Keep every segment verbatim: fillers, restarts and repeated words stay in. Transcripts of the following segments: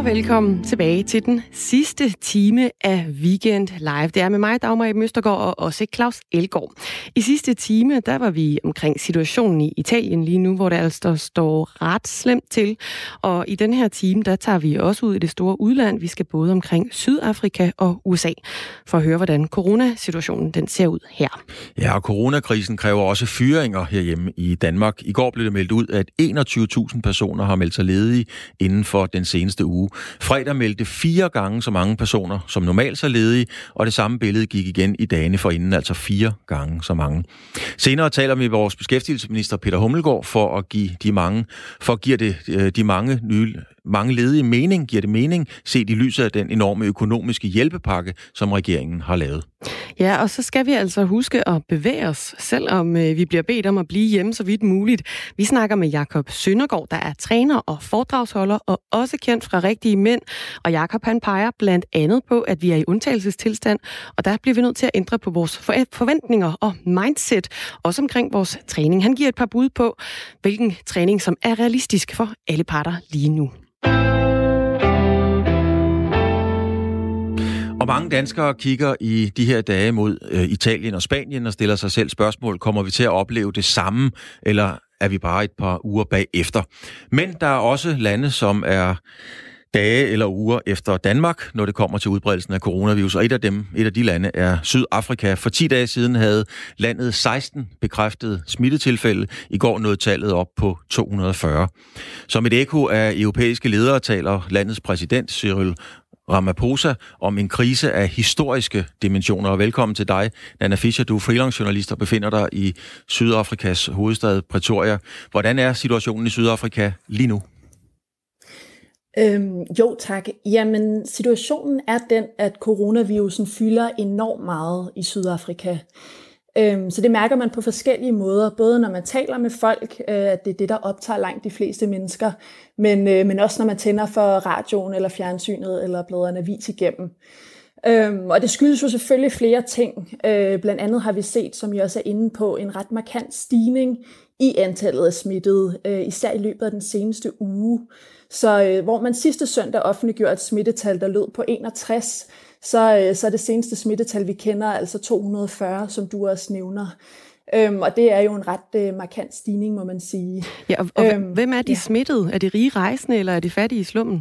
og velkommen tilbage til den sidste time af Weekend Live. Det er med mig, Dagmar Møstergaard, og også Claus Elgaard. I sidste time, der var vi omkring situationen i Italien lige nu, hvor det altså står ret slemt til. Og i den her time, der tager vi også ud i det store udland. Vi skal både omkring Sydafrika og U S A, for at høre, hvordan coronasituationen den ser ud her. Ja, og coronakrisen kræver også fyringer herhjemme i Danmark. I går blev det meldt ud, at enogtyve tusind personer har meldt sig ledige inden for den seneste uge. Fredag meldte fire gange så mange personer som normalt så ledige, og det samme billede gik igen i dagene forinden, altså fire gange så mange. Senere taler vi med vores beskæftigelsesminister Peter Hummelgaard for at give de mange, for at give det de mange nye mange ledige mening, giver det mening, set i lyset af den enorme økonomiske hjælpepakke, som regeringen har lavet. Ja, og så skal vi altså huske at bevæge os, selvom øh, vi bliver bedt om at blive hjemme så vidt muligt. Vi snakker med Jakob Søndergaard, der er træner og foredragsholder, og også kendt fra Rigtige Mænd. Og Jakob, han peger blandt andet på, at vi er i undtagelsestilstand, og der bliver vi nødt til at ændre på vores forventninger og mindset, også omkring vores træning. Han giver et par bud på, hvilken træning, som er realistisk for alle parter lige nu. Og mange danskere kigger i de her dage mod øh, Italien og Spanien og stiller sig selv spørgsmål, kommer vi til at opleve det samme, eller er vi bare et par uger bagefter? Men der er også lande, som er dage eller uger efter Danmark, når det kommer til udbredelsen af coronavirus. Og et af dem, et af de lande, er Sydafrika. For ti dage siden havde landet seksten bekræftede smittetilfælde. I går nåede tallet op på to hundrede og fyrre. Som et ekko af europæiske ledere taler landets præsident Cyril Ramaphosa om en krise af historiske dimensioner. Og velkommen til dig, Nanna Fischer. Du er freelance-journalist og befinder dig i Sydafrikas hovedstad Pretoria. Hvordan er situationen i Sydafrika lige nu? Øhm, jo tak. Jamen, situationen er den, at coronavirusen fylder enormt meget i Sydafrika. Øhm, så det mærker man på forskellige måder, både når man taler med folk, øh, at det er det, der optager langt de fleste mennesker, men, øh, men også når man tænder for radioen eller fjernsynet eller bladrer en avis igennem. Øhm, og det skyldes jo selvfølgelig flere ting. Øh, blandt andet har vi set, som I også er inde på, en ret markant stigning i antallet af smittede, øh, især i løbet af den seneste uge. Så øh, hvor man sidste søndag offentliggjorde et smittetal, der lød på enogtres, så, øh, så er det seneste smittetal, vi kender, altså to hundrede og fyrre, som du også nævner. Øhm, og det er jo en ret øh, markant stigning, må man sige. Ja, og, og øhm, hvem er de ja. smittede? Er de rige rejsende, eller er de fattige i slummen?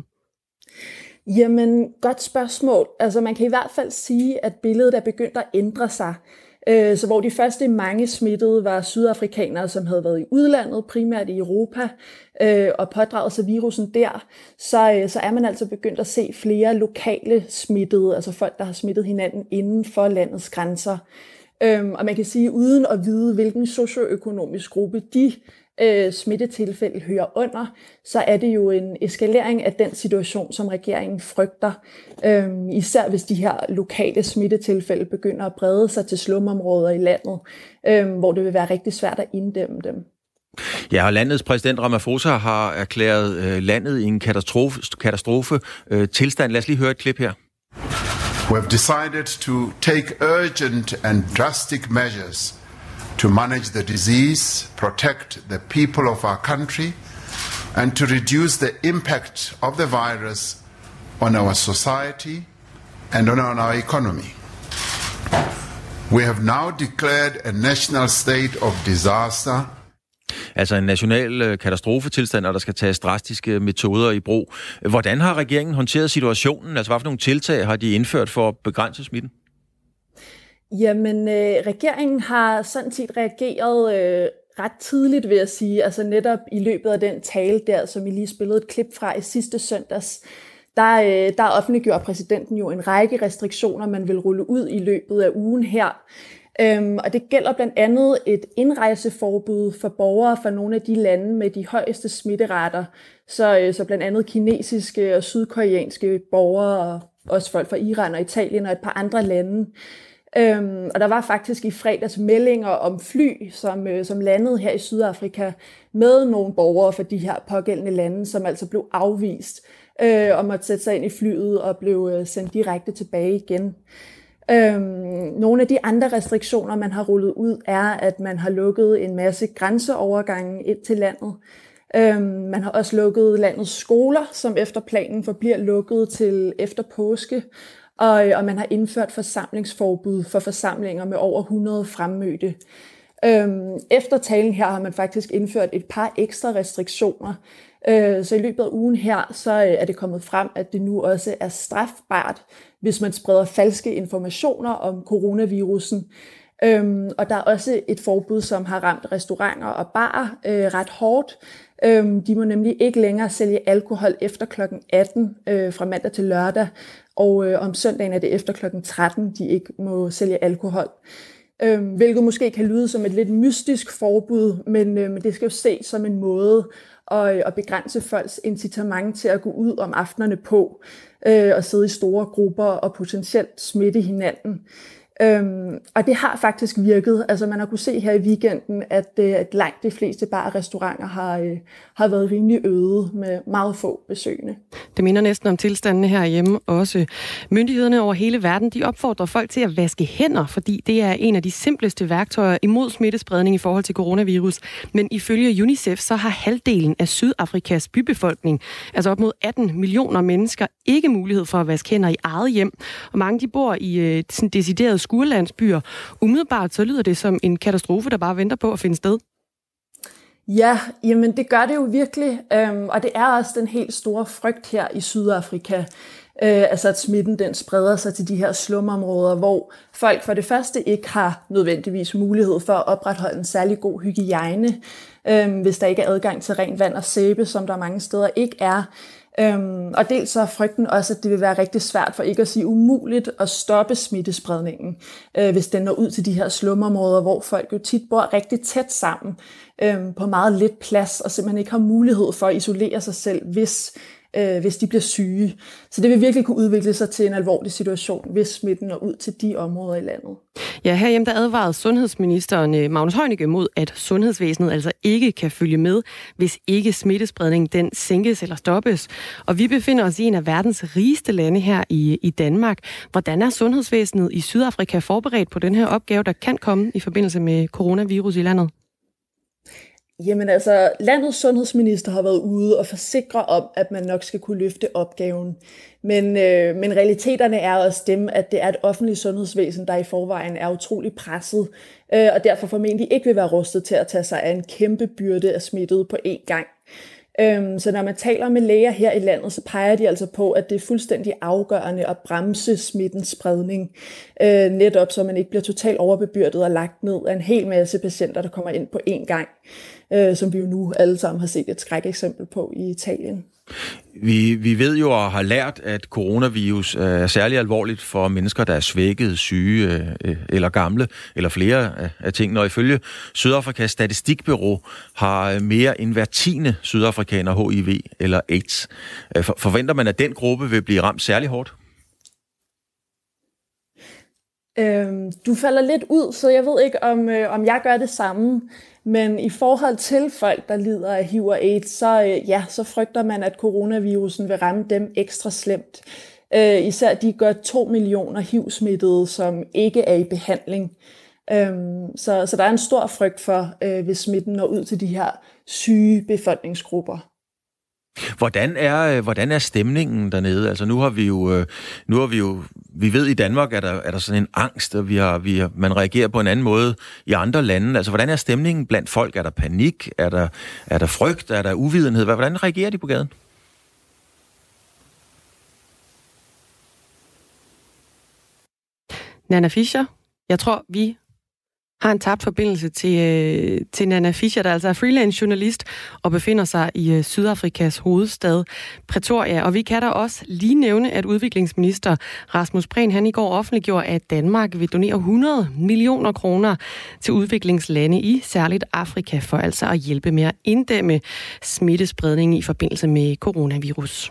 Jamen, godt spørgsmål. Altså, man kan i hvert fald sige, at billedet er begyndt at ændre sig. Øh, så hvor de første mange smittede var sydafrikanere, som havde været i udlandet, primært i Europa, øh, og pådraget sig virusen der, så, øh, så er man altså begyndt at se flere lokale smittede, altså folk, der har smittet hinanden inden for landets grænser. Øhm, og man kan sige, uden at vide, hvilken socioøkonomisk gruppe de øh, smittetilfælde hører under, så er det jo en eskalering af den situation, som regeringen frygter. Øhm, især hvis de her lokale smittetilfælde begynder at brede sig til slumområder i landet, øhm, hvor det vil være rigtig svært at inddæmme dem. Ja, og landets præsident Ramaphosa har erklæret øh, landet i en katastrofe, katastrofe øh, tilstand. Lad os lige høre et klip her. We have decided to take urgent and drastic measures to manage the disease, protect the people of our country, and to reduce the impact of the virus on our society and on our economy. We have now declared a national state of disaster. Altså en national katastrofetilstand, og der skal tages drastiske metoder i brug. Hvordan har regeringen håndteret situationen? Altså hvad for nogle tiltag har de indført for at begrænse smitten? Jamen, øh, regeringen har sådan set reageret øh, ret tidligt, vil jeg sige. Altså netop i løbet af den tale der, som I lige spillede et klip fra i sidste søndags, der, øh, der offentliggjorde præsidenten jo en række restriktioner, man vil rulle ud i løbet af ugen her. Øhm, og det gælder blandt andet et indrejseforbud for borgere fra nogle af de lande med de højeste smitterater, så, øh, så blandt andet kinesiske og sydkoreanske borgere, og også folk fra Iran og Italien og et par andre lande. Øhm, og der var faktisk i fredags meldinger om fly, som, øh, som landede her i Sydafrika med nogle borgere fra de her pågældende lande, som altså blev afvist øh, og måtte sætte sig ind i flyet og blev øh, sendt direkte tilbage igen. Øhm, nogle af de andre restriktioner, man har rullet ud, er, at man har lukket en masse grænseovergange ind til landet. Øhm, man har også lukket landets skoler, som efter planen forbliver lukket til efter påske. Og, og man har indført forsamlingsforbud for forsamlinger med over hundrede fremmødte. Øhm, efter talen her har man faktisk indført et par ekstra restriktioner. Øh, så i løbet af ugen her, så er det kommet frem, at det nu også er strafbart, hvis man spreder falske informationer om coronavirusen. Øhm, og der er også et forbud, som har ramt restauranter og barer øh, ret hårdt. Øhm, de må nemlig ikke længere sælge alkohol efter klokken atten øh, fra mandag til lørdag, og øh, om søndagen er det efter klokken tretten, de ikke må sælge alkohol. Øhm, hvilket måske kan lyde som et lidt mystisk forbud, men, øh, men det skal jo ses som en måde at, at begrænse folks incitament til at gå ud om aftenerne på øh, og sidde i store grupper og potentielt smitte hinanden. Øhm, og det har faktisk virket. Altså man har kunne se her i weekenden, at, øh, at langt de fleste bar og restauranter har, øh, har været rimelig øde med meget få besøgende. Det minder næsten om tilstandene herhjemme også. Myndighederne over hele verden, de opfordrer folk til at vaske hænder, fordi det er en af de simpleste værktøjer imod smittespredning i forhold til coronavirus. Men ifølge UNICEF, så har halvdelen af Sydafrikas bybefolkning, altså op mod atten millioner mennesker, ikke mulighed for at vaske hænder i eget hjem. Og mange de bor i øh, sådan deciderede skurlandsbyer. Umiddelbart så lyder det som en katastrofe, der bare venter på at finde sted. Ja, jamen det gør det jo virkelig, øhm, og det er også den helt store frygt her i Sydafrika, øh, altså at smitten den spreder sig til de her slumområder, hvor folk for det første ikke har nødvendigvis mulighed for at opretholde en særlig god hygiejne, øh, hvis der ikke er adgang til rent vand og sæbe, som der mange steder ikke er. Øhm, og dels så er frygten også, at det vil være rigtig svært, for ikke at sige umuligt, at stoppe smittespredningen, øh, hvis den når ud til de her slumområder, hvor folk jo tit bor rigtig tæt sammen øh, på meget lidt plads, og simpelthen ikke har mulighed for at isolere sig selv, hvis, øh, hvis de bliver syge. Så det vil virkelig kunne udvikle sig til en alvorlig situation, hvis smitten når ud til de områder i landet. Ja, herhjemme der advarede sundhedsministeren Magnus Heunicke mod, at sundhedsvæsenet altså ikke kan følge med, hvis ikke smittespredningen den sænkes eller stoppes. Og vi befinder os i en af verdens rigeste lande her i, i Danmark. Hvordan er sundhedsvæsenet i Sydafrika forberedt på den her opgave, der kan komme i forbindelse med coronavirus i landet? Jamen altså, landets sundhedsminister har været ude og forsikre om, at man nok skal kunne løfte opgaven. Men, øh, men realiteterne er også dem, at det er et offentligt sundhedsvæsen, der i forvejen er utrolig presset, øh, og derfor formentlig ikke vil være rustet til at tage sig af en kæmpe byrde af smittede på én gang. Øhm, så når man taler med læger her i landet, så peger de altså på, at det er fuldstændig afgørende at bremse smittens spredning, øh, netop så man ikke bliver totalt overbebyrdet og lagt ned af en hel masse patienter, der kommer ind på én gang, øh, som vi jo nu alle sammen har set et skrækeksempel på i Italien. Vi, vi ved jo og har lært, at coronavirus er særlig alvorligt for mennesker, der er svækket, syge øh, eller gamle, eller flere af, af tingene. Og ifølge Sydafrikas Statistikbureau har mere end hver tiende sydafrikaner H I V eller AIDS. For, forventer man, at den gruppe vil blive ramt særlig hårdt? Øhm, du falder lidt ud, så jeg ved ikke, om, øh, om jeg gør det samme. Men i forhold til folk, der lider af H I V og AIDS, så, øh, ja, så frygter man, at coronavirusen vil ramme dem ekstra slemt. Øh, især de godt to millioner H I V-smittede, som ikke er i behandling. Øhm, så, så der er en stor frygt for, øh, hvis smitten når ud til de her syge befolkningsgrupper. Hvordan er, hvordan er stemningen dernede? Altså nu har vi jo, nu har vi jo, vi ved i Danmark, er der, er der sådan en angst, og vi har, vi har, man reagerer på en anden måde i andre lande. Altså hvordan er stemningen blandt folk? Er der panik? Er der, er der frygt? Er der uvidenhed? Hvordan reagerer de på gaden? Nanna Fischer, jeg tror, vi har en tabt forbindelse til, øh, til Nanna Fischer, der altså er freelance journalist og befinder sig i øh, Sydafrikas hovedstad Pretoria. Og vi kan da også lige nævne, at udviklingsminister Rasmus Prehn, han i går offentliggjorde, at Danmark vil donere hundrede millioner kroner til udviklingslande i særligt Afrika for altså at hjælpe med at inddæmme smittespredning i forbindelse med coronavirus.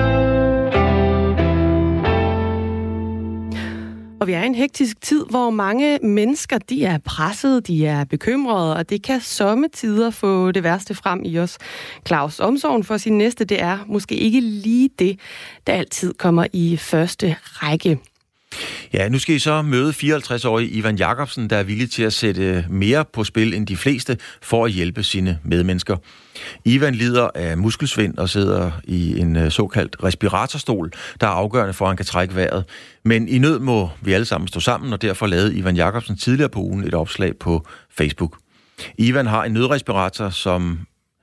Og vi er i en hektisk tid, hvor mange mennesker de er pressede, de er bekymrede, og det kan somme tider få det værste frem i os. Claus, omsorgen for sin næste, det er måske ikke lige det, der altid kommer i første række. Ja, nu skal I så møde fireoghalvtreds-årige Ivan Jacobsen, der er villig til at sætte mere på spil end de fleste for at hjælpe sine medmennesker. Ivan lider af muskelsvind og sidder i en såkaldt respiratorstol, der er afgørende for, at han kan trække vejret. Men i nød må vi alle sammen stå sammen, og derfor lavede Ivan Jacobsen tidligere på ugen et opslag på Facebook. Ivan har en nødrespirator, som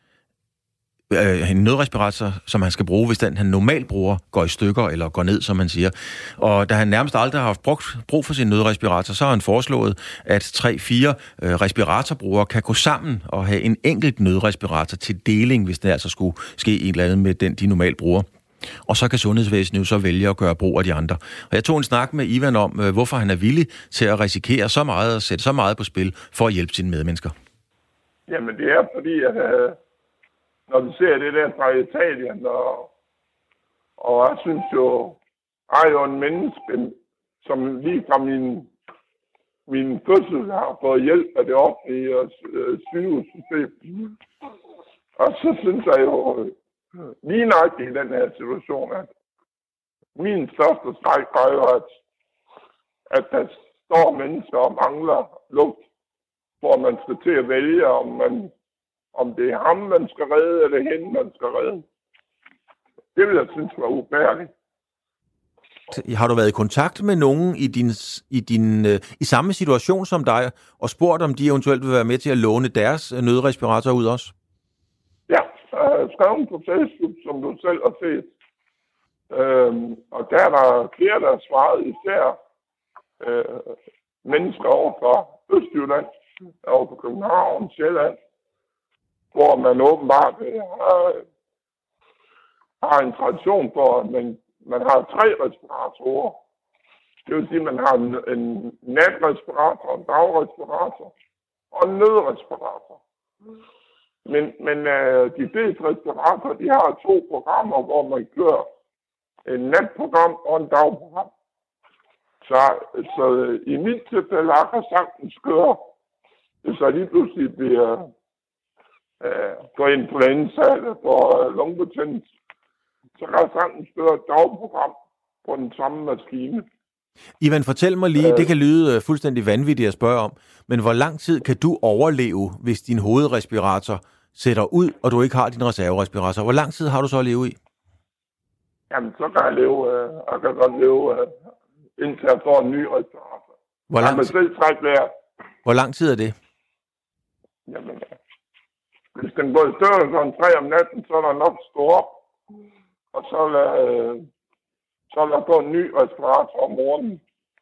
en nødrespirator, som han skal bruge, hvis den han normalt bruger, går i stykker eller går ned, som man siger. Og da han nærmest aldrig har haft brugt, brug for sin nødrespirator, så har han foreslået, at tre-fire øh, respiratorbrugere kan gå sammen og have en enkelt nødrespirator til deling, hvis det altså skulle ske et eller andet med den, de normalt bruger. Og så kan sundhedsvæsenet jo så vælge at gøre brug af de andre. Og jeg tog en snak med Ivan om, øh, hvorfor han er villig til at risikere så meget og sætte så meget på spil for at hjælpe sine medmennesker. Jamen det er fordi, at øh når vi ser det der fra Italien, og, og jeg synes jo, jeg er jo en menneske, som lige fra min, min fødsel har fået hjælp af det offentlige og sygehussystem. Og så synes jeg jo lige nok i den her situation, at min største skræk er jo, at, at der står mennesker og mangler luft, hvor man skal til at vælge, om man Om det er ham, man skal redde, eller hende, man skal redde. Det vil jeg synes var ubærligt. Har du været i kontakt med nogen i din, i din i samme situation som dig, og spurgt, om de eventuelt vil være med til at låne deres nødrespirator ud også? Ja, jeg har skrevet på Facebook, som du selv har set. Øhm, og der er der flere, der har svaret, især øh, mennesker over fra Østjylland, over fra København, Sjælland, hvor man åbenbart har, har en tradition for, at man, man har tre respiratorer. Det vil sige, at man har en, en natrespirator, en dagrespirator og en nødrespirator. Men, men uh, de fleste respiratorer, de har to programmer, hvor man kører en natprogram og en dagprogram. Så, så i mit tilfælde har jeg sagtens køre, hvis jeg lige pludselig bliver Uh, går influenza eller på uh, lungebetændelse, så kan jeg sagtens føre et dagprogram på den samme maskine. Ivan, fortæl mig lige, uh, det kan lyde uh, fuldstændig vanvittigt at spørge om, men hvor lang tid kan du overleve, hvis din hovedrespirator sætter ud, og du ikke har din reserverespirator? Hvor lang tid har du så at leve i? Jamen, så kan jeg leve, uh, jeg kan godt leve, uh, indtil jeg får en ny respirator. Hvor lang, jeg selv trække vejret. Hvor lang tid er det? Jamen, uh, hvis den går i stykker klokken tre om natten, så er der nok stå op, og så lader så der gå en ny respirator om morgenen.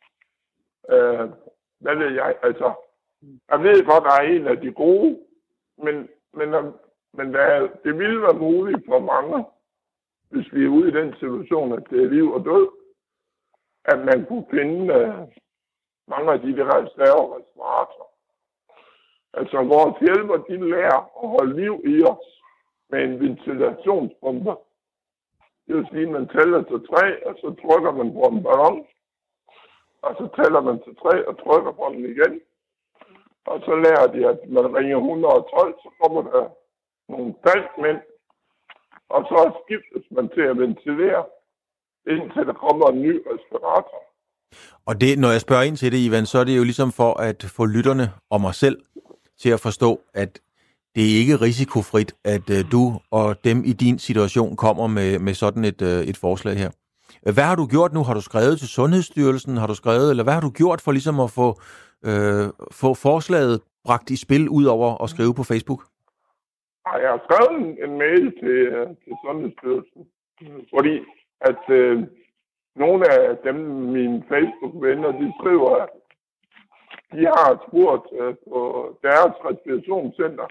Øh, hvad ved jeg? Altså, jeg ved godt, der er en af de gode, men, men, men der, det ville være muligt for mange, hvis vi er ude i den situation, at det er liv og død, at man kunne finde øh, mange af de der reserverespiratorer. Altså, vores hjælper, de lærer at holde liv i os med en ventilationspumpe. Det vil sige, at man tæller til tre, og så trykker man på en ballon. Og så tæller man til tre og trykker på den igen. Og så lærer de, at man ringer et hundrede og tolv, så kommer der nogle falskmænd. Og så skiftes man til at ventilere, indtil der kommer en ny respirator. Og det, når jeg spørger ind til det, Ivan, så er det jo ligesom for at få lytterne og mig selv til at forstå, at det er ikke risikofrit, at uh, du og dem i din situation kommer med, med sådan et, uh, et forslag her. Hvad har du gjort nu? Har du skrevet til Sundhedsstyrelsen? Har du skrevet, eller hvad har du gjort for ligesom at få, uh, få forslaget bragt i spil, ud over at skrive på Facebook? Jeg har skrevet en, en mail til, uh, til Sundhedsstyrelsen, fordi at uh, nogle af dem, mine Facebook-venner, de skriver, at de har spurgt øh, på deres respirationscenter,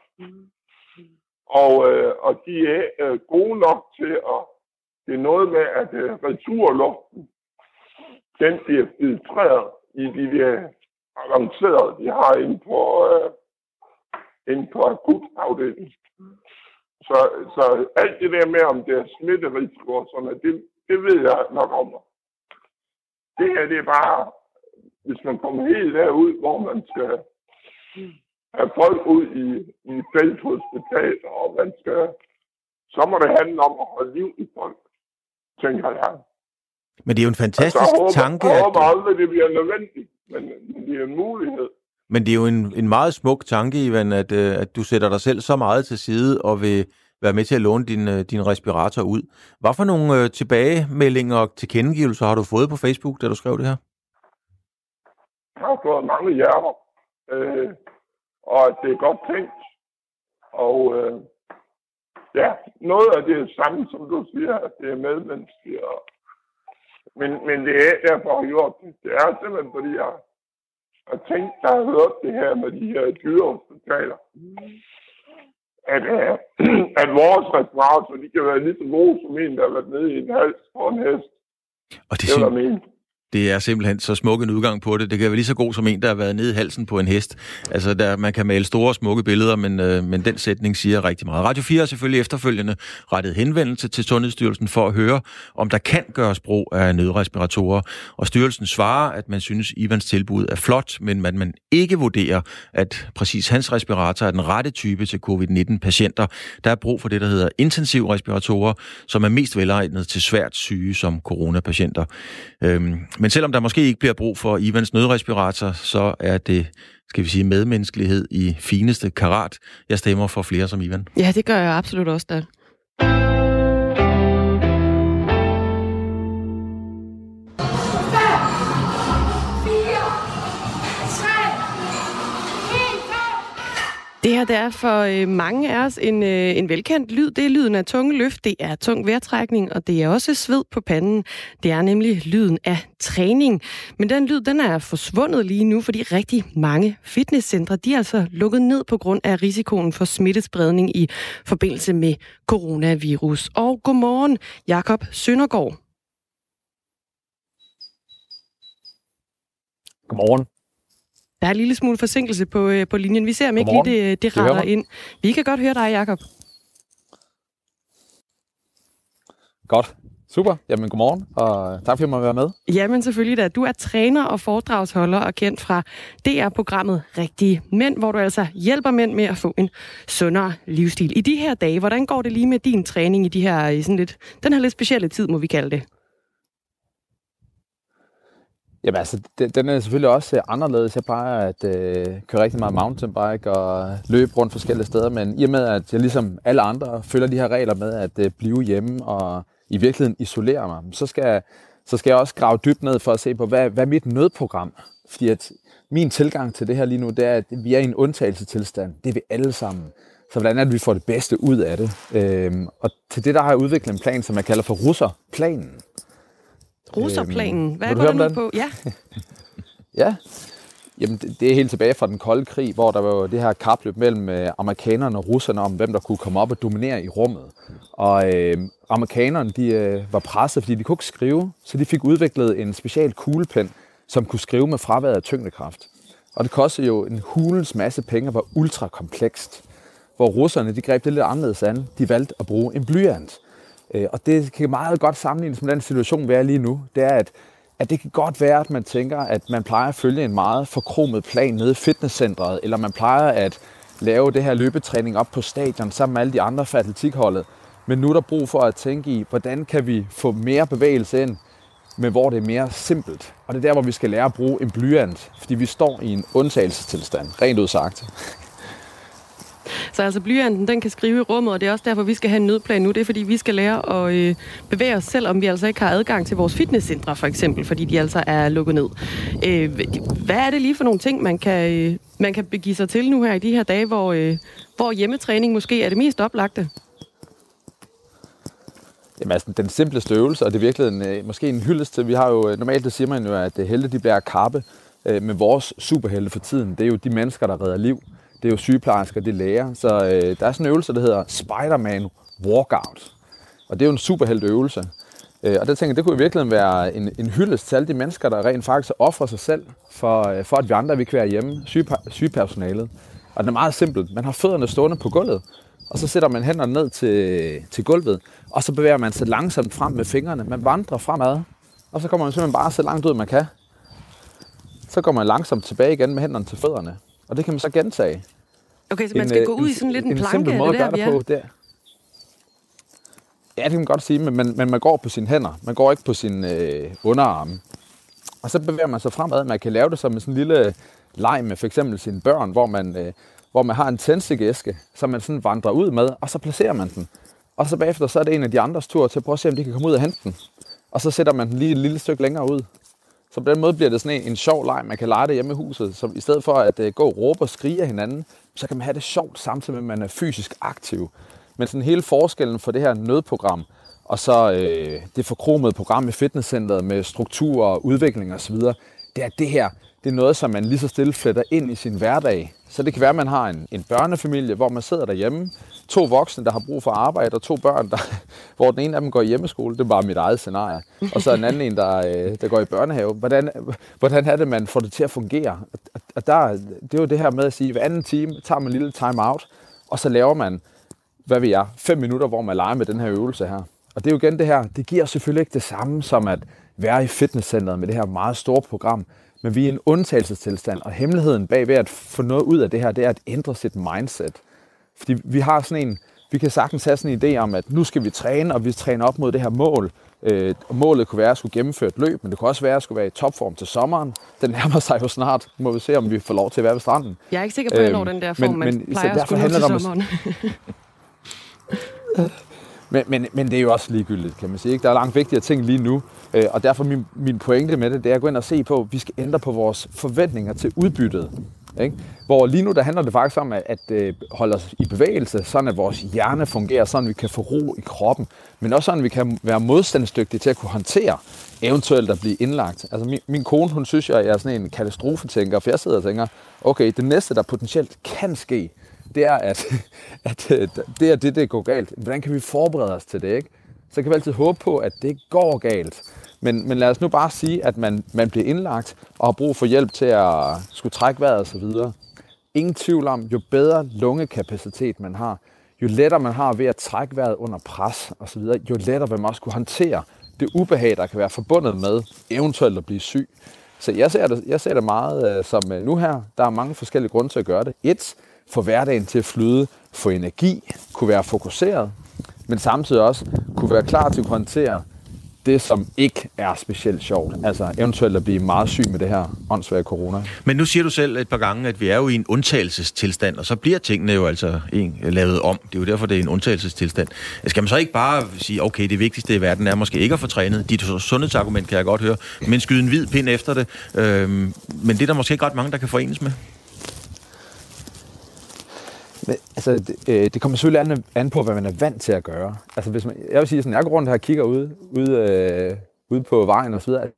og, øh, og de er øh, gode nok til at, det er noget med, at øh, returluften, den bliver filtreret i de der avancerede, de har inde på, øh, inde på akutafdelingen. Så, så alt det der med, om det er smitterisiko og sådan, det, det ved jeg nok om. Det her, det er bare, hvis man kommer helt derud, hvor man skal have folk ud i, i felthospital, og man skal, så må det handle om at holde liv i folk, tænker jeg. Men det er jo en fantastisk håber, tanke. Jeg håber at... aldrig, det bliver nødvendigt, men det er en mulighed. Men det er jo en, en meget smuk tanke, Ivan, at, at du sætter dig selv så meget til side og vil være med til at låne din, din respirator ud. Hvad for nogle øh, tilbagemeldinger og tilkendegivelser har du fået på Facebook, da du skrev det her? Jeg har fået mange hjerter, øh, og at det er godt tænkt. Og øh, ja, noget af det er samme, som du siger, at det er medmenneskeligt. Og... Men, men det er derfor, jeg har gjort det. Det er simpelthen, fordi jeg har tænkt, der har hørt det her med de her dyrehospitaler. At, øh, at vores respirator, de kan være lige så gode som en, der har været nede i en hals på en hest. Og det, det var min. Det er simpelthen så smuk en udgang på det. Det kan være lige så god som en, der har været nede i halsen på en hest. Altså, der, man kan male store, smukke billeder, men, øh, men den sætning siger rigtig meget. Radio fire har selvfølgelig efterfølgende rettet henvendelse til Sundhedsstyrelsen for at høre, om der kan gøres brug af nødrespiratorer. Og styrelsen svarer, at man synes, Ivans tilbud er flot, men man, man ikke vurderer, at præcis hans respirator er den rette type til covid nitten patienter. Der er brug for det, der hedder intensiv respiratorer, som er mest velegnet til svært syge som coronapatienter. Øhm, Men selvom der måske ikke bliver brug for Ivans nødrespirator, så er det, skal vi sige, medmenneskelighed i fineste karat. Jeg stemmer for flere som Ivan. Ja, det gør jeg absolut også da. Det her det er for øh, mange af os en, øh, en velkendt lyd. Det er lyden af tunge løft, det er tung vejrtrækning, og det er også sved på panden. Det er nemlig lyden af træning. Men den lyd, den er forsvundet lige nu, fordi rigtig mange fitnesscentre, de er altså lukket ned på grund af risikoen for smittespredning i forbindelse med coronavirus. Og godmorgen, Jakob Søndergaard. Godmorgen. Der er en lille smule forsinkelse på, på linjen. Vi ser, om ikke lige det, det retter ind. Vi kan godt høre dig, Jakob. Godt. Super. Jamen, godmorgen, og tak fordi jeg må være med. Jamen, selvfølgelig da. Du er træner og foredragsholder og kendt fra D R-programmet Rigtige Mænd, hvor du altså hjælper mænd med at få en sundere livsstil. I de her dage, hvordan går det lige med din træning i de her, sådan lidt, den her lidt specielle tid, må vi kalde det? Jamen altså, den er selvfølgelig også anderledes. Jeg plejer at øh, køre rigtig meget mountainbike og løbe rundt forskellige steder, men i og med, at jeg ligesom alle andre følger de her regler med at øh, blive hjemme og i virkeligheden isolere mig, så skal, så skal jeg også grave dybt ned for at se på, hvad, hvad er mit nødprogram? Fordi at min tilgang til det her lige nu, det er, at vi er i en undtagelsestilstand. Det er vi alle sammen. Så hvordan er det, vi får det bedste ud af det? Øhm, og til det, der har jeg udviklet en plan, som jeg kalder for russerplanen. Russerplanen. Hvad går den ud på? Ja. ja. Jamen, det, det er helt tilbage fra den kolde krig, hvor der var det her kapløb mellem øh, amerikanerne og russerne om, hvem der kunne komme op og dominere i rummet. Og øh, amerikanerne, de øh, var presset, fordi de kunne ikke skrive, så de fik udviklet en special kuglepen, som kunne skrive med fraværet af tyngdekraft. Og det kostede jo en hulens masse penge, var ultra komplekst. Hvor russerne, de greb det lidt anderledes an. De valgte at bruge en blyant. Og det kan meget godt sammenlignes med den situation, vi er lige nu. Det er, at, at det kan godt være, at man tænker, at man plejer at følge en meget forkromet plan nede i fitnesscentret, eller man plejer at lave det her løbetræning op på stadion sammen med alle de andre fra atletikholdet. Men nu er der brug for at tænke i, hvordan kan vi få mere bevægelse ind, men hvor det er mere simpelt. Og det er der, hvor vi skal lære at bruge en blyant, fordi vi står i en undtagelsestilstand, rent udsagt. Så altså blyanten, den kan skrive i rummet, og det er også derfor, vi skal have en nødplan nu. Det er, fordi vi skal lære at øh, bevæge os selv, om vi altså ikke har adgang til vores fitnesscentre, for eksempel, fordi de altså er lukket ned. Øh, hvad er det lige for nogle ting, man kan, øh, man kan begive sig til nu her i de her dage, hvor, øh, hvor hjemmetræning måske er det mest oplagte? Jamen altså, den simpleste øvelse, og det er virkelig en, øh, måske en hyldest til. Vi har jo, normalt det siger man jo, at helte de bærer kappe øh, med vores superhelte for tiden. Det er jo de mennesker, der redder liv. Det er jo sygeplejersker, det er læger. Så øh, der er sådan en øvelse, der hedder Spider-Man Walkout. Og det er jo en superhelt øvelse. Øh, og der tænker jeg, det kunne i virkeligheden være en, en hyldest til alle de mennesker, der rent faktisk offrer sig selv, for, øh, for at vi andre vi kan være hjemme, syge, sygepersonalet. Og den er meget simpelt. Man har fødderne stående på gulvet, og så sætter man hænderne ned til, til gulvet, og så bevæger man sig langsomt frem med fingrene. Man vandrer fremad, og så kommer man simpelthen bare så langt ud, man kan. Så går man langsomt tilbage igen med hænderne til fødderne. Og det kan man så gentage. Okay, så man skal en, gå ud en, i sådan lidt en, en planke, simpel måde er det der, at gøre det på, det Ja, det kan man godt sige, men man, men man går på sine hænder. Man går ikke på sine øh, underarme. Og så bevæger man sig fremad. Man kan lave det som en sådan lille leg med for eksempel sine børn, hvor man, øh, hvor man har en tændstikæske, som man sådan vandrer ud med, og så placerer man den. Og så bagefter så er det en af de andres tur til at prøve at se, om de kan komme ud og hente den. Og så sætter man den lige et lille stykke længere ud. Så på den måde bliver det sådan en, en sjov leg, man kan lege det hjemme i huset. Så i stedet for at uh, gå og råbe og skrige af hinanden, så kan man have det sjovt samtidig med, at man er fysisk aktiv. Men sådan hele forskellen for det her nødprogram, og så øh, det forkromede program i fitnesscenteret med struktur og udvikling osv., det er, at det her det er noget, som man lige så stille fletter ind i sin hverdag. Så det kan være, at man har en, en børnefamilie, hvor man sidder derhjemme, to voksne, der har brug for arbejde, og to børn, der, hvor den ene af dem går i hjemmeskole. Det er bare mit eget scenarie. Og så en anden en, der, der går i børnehave. Hvordan, hvordan er det, man får det til at fungere? Og der, det er jo det her med at sige, at hver anden time tager man en lille time out, og så laver man, hvad ved jeg, fem minutter, hvor man leger med den her øvelse her. Og det er jo igen det her, det giver selvfølgelig ikke det samme som at være i fitnesscenteret med det her meget store program, men vi er i en undtagelsestilstand, og hemmeligheden bag ved at få noget ud af det her, det er at ændre sit mindset. Fordi vi har sådan en, vi kan sagtens have sådan en idé om, at nu skal vi træne, og vi træner op mod det her mål. Øh, og målet kunne være, at jeg skulle gennemføre et løb, men det kunne også være, at jeg skulle være i topform til sommeren. Den nærmer sig jo snart. Må vi se, om vi får lov til at være ved stranden. Jeg er ikke sikker på, at jeg når den der form, men, man men, plejer at skulle nå til sommeren. Men, men, men det er jo også ligegyldigt, kan man sige. Ikke? Der er langt vigtigere ting lige nu, øh, og derfor min, min pointe med det, det er at gå ind og se på, at vi skal ændre på vores forventninger til udbyttet. Ikke? Hvor lige nu, der handler det faktisk om at, at øh, holde os i bevægelse, sådan at vores hjerne fungerer, sådan at vi kan få ro i kroppen, men også sådan at vi kan være modstandsdygtige til at kunne håndtere eventuelt at blive indlagt. Altså min, min kone, hun synes, jeg er sådan en katastrofetænker, for jeg sidder og tænker, okay, det næste, der potentielt kan ske, det er, at, at det er det, det går galt. Hvordan kan vi forberede os til det, ikke? Så kan vi altid håbe på, at det går galt. Men, men lad os nu bare sige, at man, man bliver indlagt og har brug for hjælp til at skulle trække vejret og så videre. Ingen tvivl om, jo bedre lungekapacitet man har, jo lettere man har ved at trække vejret under pres og så videre, jo lettere vil man også kunne håndtere det ubehag, der kan være forbundet med eventuelt at blive syg. Så jeg ser det, jeg ser det meget som nu her. Der er mange forskellige grunde til at gøre det. Et, få hverdagen til at flyde, få energi, kunne være fokuseret, men samtidig også kunne være klar til at håndtere det, som ikke er specielt sjovt. Altså eventuelt at blive meget syg med det her åndssvage corona. Men nu siger du selv et par gange, at vi er jo i en undtagelsestilstand, og så bliver tingene jo altså en, lavet om. Det er jo derfor, det er en undtagelsestilstand. Skal man så ikke bare sige, okay, det vigtigste i verden er måske ikke at få trænet? Dit sundhedsargument kan jeg godt høre, men skyde en hvid pind efter det. Øhm, men det er der måske ikke ret mange, der kan forenes med. Men, altså, det, øh, det kommer selvfølgelig an, an på, hvad man er vant til at gøre. Altså, hvis man, jeg vil sige sådan, jeg går rundt her og kigger ude, ude, øh, ude på vejen og så videre.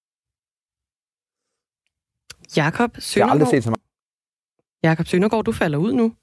Jakob Søndergaard. Jeg har aldrig set så meget. Jakob Søndergaard, du falder ud nu.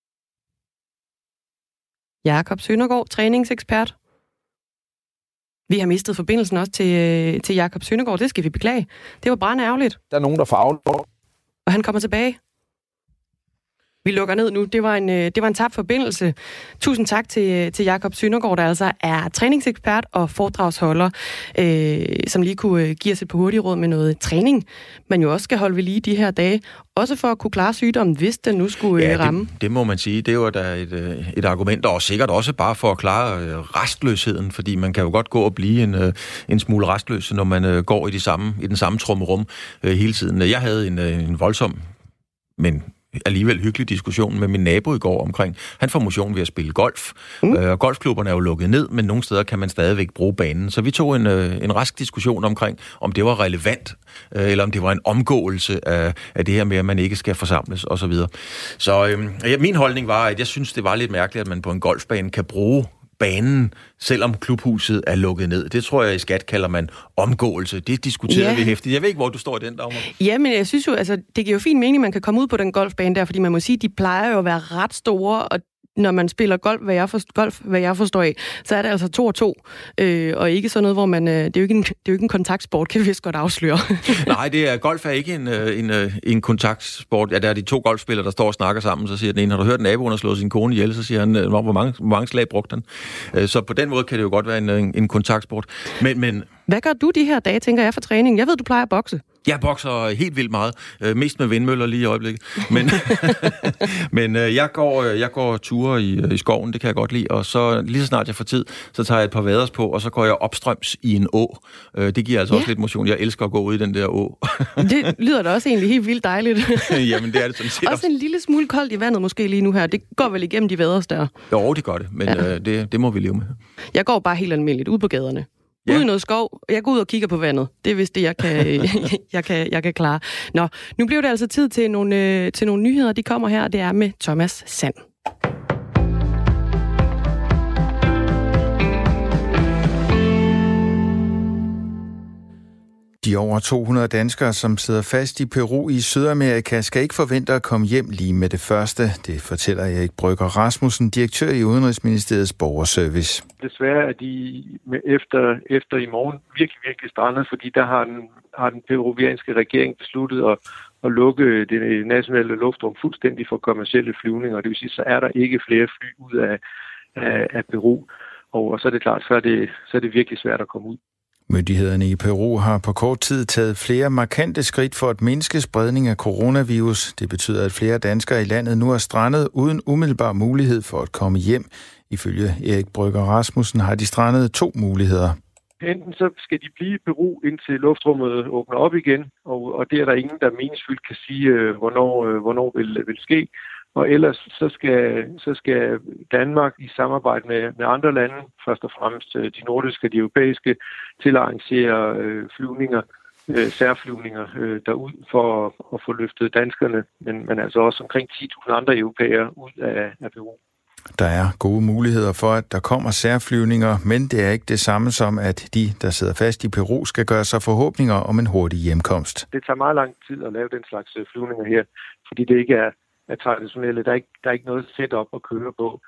Jakob Søndergaard, træningsekspert. Vi har mistet forbindelsen også til, til Jakob Søndergaard. Det skal vi beklage. Det var brænde ærgerligt. Der er nogen, der får afleveret. Og han kommer tilbage. Vi lukker ned nu. Det var en, det var en tabt forbindelse. Tusind tak til, til Jakob Søndergaard, der altså er træningsekspert og foredragsholder, øh, som lige kunne give os et par hurtige råd med noget træning, man jo også skal holde ved lige de her dage, også for at kunne klare sygdommen, hvis den nu skulle ja, ramme. Det, det må man sige. Det er jo da et, et argument, og sikkert også bare for at klare restløsheden, fordi man kan jo godt gå og blive en, en smule restløs, når man går i, de samme, i den samme trummerum hele tiden. Jeg havde en, en voldsom, men alligevel hyggelig diskussion med min nabo i går omkring, han får motion ved at spille golf. Mm. Øh, golfklubberne er jo lukket ned, men nogle steder kan man stadigvæk bruge banen. Så vi tog en, øh, en rask diskussion omkring, om det var relevant, øh, eller om det var en omgåelse af, af det her med, at man ikke skal forsamles osv. Så, så øh, ja, min holdning var, at jeg synes, det var lidt mærkeligt, at man på en golfbane kan bruge banen, selvom klubhuset er lukket ned. Det tror jeg i skat kalder man omgåelse. Det diskuterer ja. vi hæftigt. Jeg ved ikke, hvor du står i den, Dagmar. Ja, men jeg synes jo, altså, det giver jo fin mening, at man kan komme ud på den golfbane der, fordi man må sige, de plejer jo at være ret store, og når man spiller golf, hvad jeg, forstår, golf, hvad jeg forstår af, så er det altså to og to, øh, og ikke sådan noget, hvor man... Øh, det, er jo ikke en, det er jo ikke en kontaktsport, kan vi vist godt afsløre. Nej, det er, golf er ikke en, en, en kontaktsport. Ja, der er de to golfspillere, der står og snakker sammen, så siger den ene, har du hørt naboen har slået sin kone ihjel? Så siger han, hvor mange, hvor mange slag brugte han? Så på den måde kan det jo godt være en, en kontaktsport. Men, men hvad gør du de her dage, tænker jeg, for træning? Jeg ved, du plejer at bokse. Jeg bokser helt vildt meget. Øh, mest med vindmøller lige i øjeblikket. Men, men øh, jeg, går, jeg går ture i, i skoven, det kan jeg godt lide. Og så lige så snart jeg får tid, så tager jeg et par vaders på, og så går jeg opstrøms i en å. Øh, det giver altså ja. også lidt motion. Jeg elsker at gå ud i den der å. Det lyder da også egentlig helt vildt dejligt. Jamen, det er det sådan set. Også en lille smule koldt i vandet måske lige nu her. Det går vel igennem de vaders der? Jo, det gør det, men ja. øh, det, det må vi leve med. Jeg går bare helt almindeligt ud på gaderne. Ja. Ude i noget skov. Jeg går ud og kigger på vandet. Det er vist det, jeg kan, jeg kan, jeg kan klare. Nå, nu bliver det altså tid til nogle, øh, til nogle nyheder. De kommer her, det er med Thomas Sand. De over to hundrede danskere, som sidder fast i Peru i Sydamerika, skal ikke forvente at komme hjem lige med det første. Det fortæller Erik Brygger Rasmussen, direktør i Udenrigsministeriets borgerservice. Desværre er de efter, efter i morgen virkelig, virkelig strandet, fordi der har den, har den peruvianske regering besluttet at, at lukke det nationale luftrum fuldstændig for kommercielle flyvninger. Det vil sige, så er der ikke flere fly ud af, af, af Peru. Og, og så er det klart, så er det, så er det virkelig svært at komme ud. Myndighederne i Peru har på kort tid taget flere markante skridt for at mindske spredning af coronavirus. Det betyder, at flere danskere i landet nu er strandet uden umiddelbar mulighed for at komme hjem. Ifølge Erik Brygger Rasmussen har de strandet to muligheder. Enten så skal de blive i Peru, indtil luftrummet åbner op igen, og, og det er der ingen, der meningsfyldt kan sige, hvornår, hvornår vil, vil ske. Og ellers så skal, så skal Danmark i samarbejde med, med andre lande, først og fremmest de nordiske og de europæiske, til at arrangere øh, flyvninger, øh, særflyvninger øh, derud for at, at få løftet danskerne, men, men altså også omkring ti tusind andre europæere ud af, af Peru. Der er gode muligheder for, at der kommer særflyvninger, men det er ikke det samme som, at de, der sidder fast i Peru, skal gøre sig forhåbninger om en hurtig hjemkomst. Det tager meget lang tid at lave den slags flyvninger her, fordi det ikke er er traditionelle. Der er, ikke, der er ikke noget setup at køre på.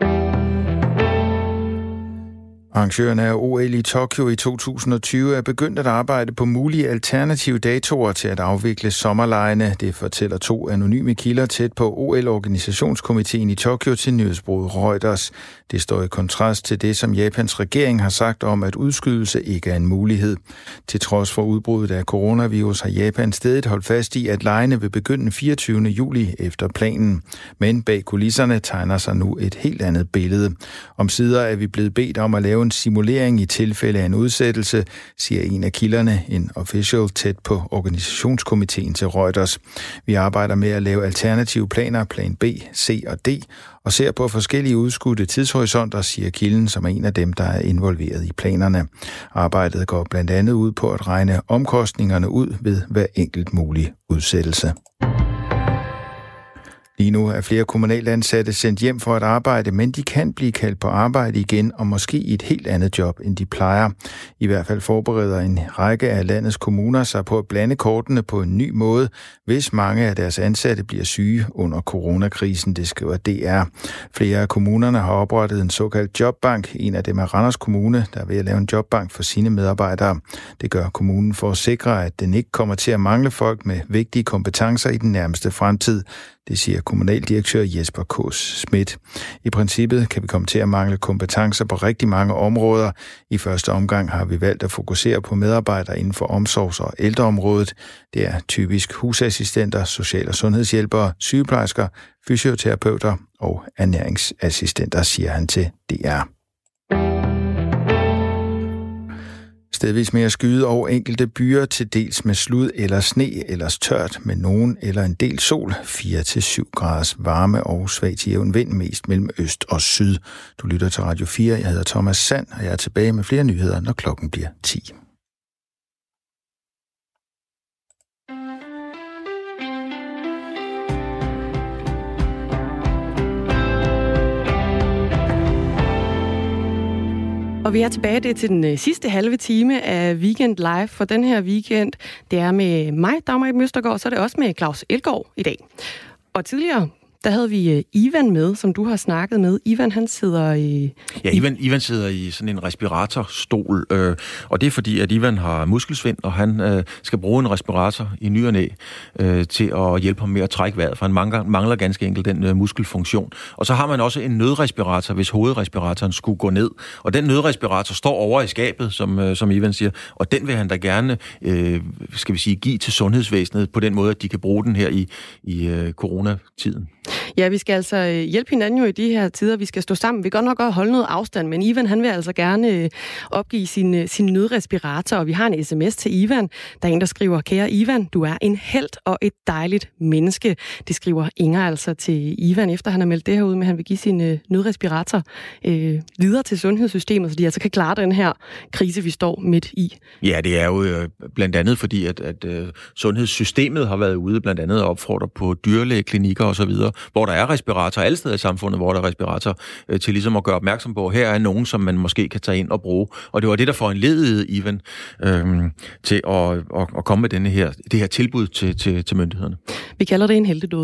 Arrangørerne af O L i Tokyo i to tusind og tyve er begyndt at arbejde på mulige alternative datoer til at afvikle sommerlegene. Det fortæller to anonyme kilder tæt på O L-organisationskomiteen i Tokyo til nyhedsbureauet Reuters. Det står i kontrast til det, som Japans regering har sagt om, at udskydelse ikke er en mulighed. Til trods for udbruddet af coronavirus har Japan stedet holdt fast i, at legene vil begynde fireogtyvende juli efter planen. Men bag kulisserne tegner sig nu et helt andet billede. Omsider er vi blevet bedt om at lave en simulering i tilfælde af en udsættelse, siger en af kilderne, en official tæt på organisationskomiteen til Reuters. Vi arbejder med at lave alternative planer, plan B, C og D, og ser på forskellige udskudte tidshorisonter, siger kilden, som er en af dem, der er involveret i planerne. Arbejdet går blandt andet ud på at regne omkostningerne ud ved hver enkelt mulig udsættelse. Lige nu er flere kommunalt ansatte sendt hjem for at arbejde, men de kan blive kaldt på arbejde igen og måske i et helt andet job, end de plejer. I hvert fald forbereder en række af landets kommuner sig på at blande kortene på en ny måde, hvis mange af deres ansatte bliver syge under coronakrisen, det skriver D R. Flere af kommunerne har oprettet en såkaldt jobbank. En af dem er Randers Kommune, der er ved at lave en jobbank for sine medarbejdere. Det gør kommunen for at sikre, at den ikke kommer til at mangle folk med vigtige kompetencer i den nærmeste fremtid. Det siger kommunaldirektør Jesper K. Schmidt. I princippet kan vi komme til at mangle kompetencer på rigtig mange områder. I første omgang har vi valgt at fokusere på medarbejdere inden for omsorgs- og ældreområdet. Det er typisk husassistenter, social- og sundhedshjælpere, sygeplejersker, fysioterapeuter og ernæringsassistenter, siger han til D R. Stedvis mere skyde og enkelte byer til dels med slud eller sne, ellers tørt med nogen eller en del sol, fire til syv graders varme og svag til jævn vind, mest mellem øst og syd. Du lytter til Radio fire, jeg hedder Thomas Sand, og jeg er tilbage med flere nyheder, når klokken bliver ti. Og vi er tilbage det til den sidste halve time af Weekend Live for den her weekend. Det er med mig, Dagmar Møstergaard, så er det også med Claus Elgaard i dag. Og tidligere Der havde vi uh, Ivan med, som du har snakket med. Ivan, han sidder i... Ja, Ivan, Ivan sidder i sådan en respiratorstol, øh, og det er fordi, at Ivan har muskelsvind, og han øh, skal bruge en respirator i ny og næ øh, til at hjælpe ham med at trække vejret, for han mangler, mangler ganske enkelt den øh, muskelfunktion. Og så har man også en nødrespirator, hvis hovedrespiratoren skulle gå ned. Og den nødrespirator står over i skabet, som, øh, som Ivan siger, og den vil han da gerne, øh, skal vi sige, give til sundhedsvæsenet på den måde, at de kan bruge den her i, i øh, coronatiden. Ja, vi skal altså hjælpe hinanden jo i de her tider. Vi skal stå sammen. Vi kan godt nok godt holde noget afstand, men Ivan, han vil altså gerne opgive sin, sin nødrespirator, og vi har en sms til Ivan. Der er en, der skriver, kære Ivan, du er en helt og et dejligt menneske. Det skriver Inger altså til Ivan, efter han har meldt det her ud med, at han vil give sin nødrespirator øh, videre til sundhedssystemet, så de altså kan klare den her krise, vi står midt i. Ja, det er jo øh, blandt andet fordi, at, at øh, sundhedssystemet har været ude, blandt andet opfordrer på dyrlægeklinikker og så videre, hvor der er respirator alle steder i samfundet, hvor der er respirator, øh, til ligesom at gøre opmærksom på, her er nogen, som man måske kan tage ind og bruge. Og det var det, der foranledede Ivan øh, til at, at, at komme med denne her, det her tilbud til, til, til myndighederne. Vi kalder det en heltedåd.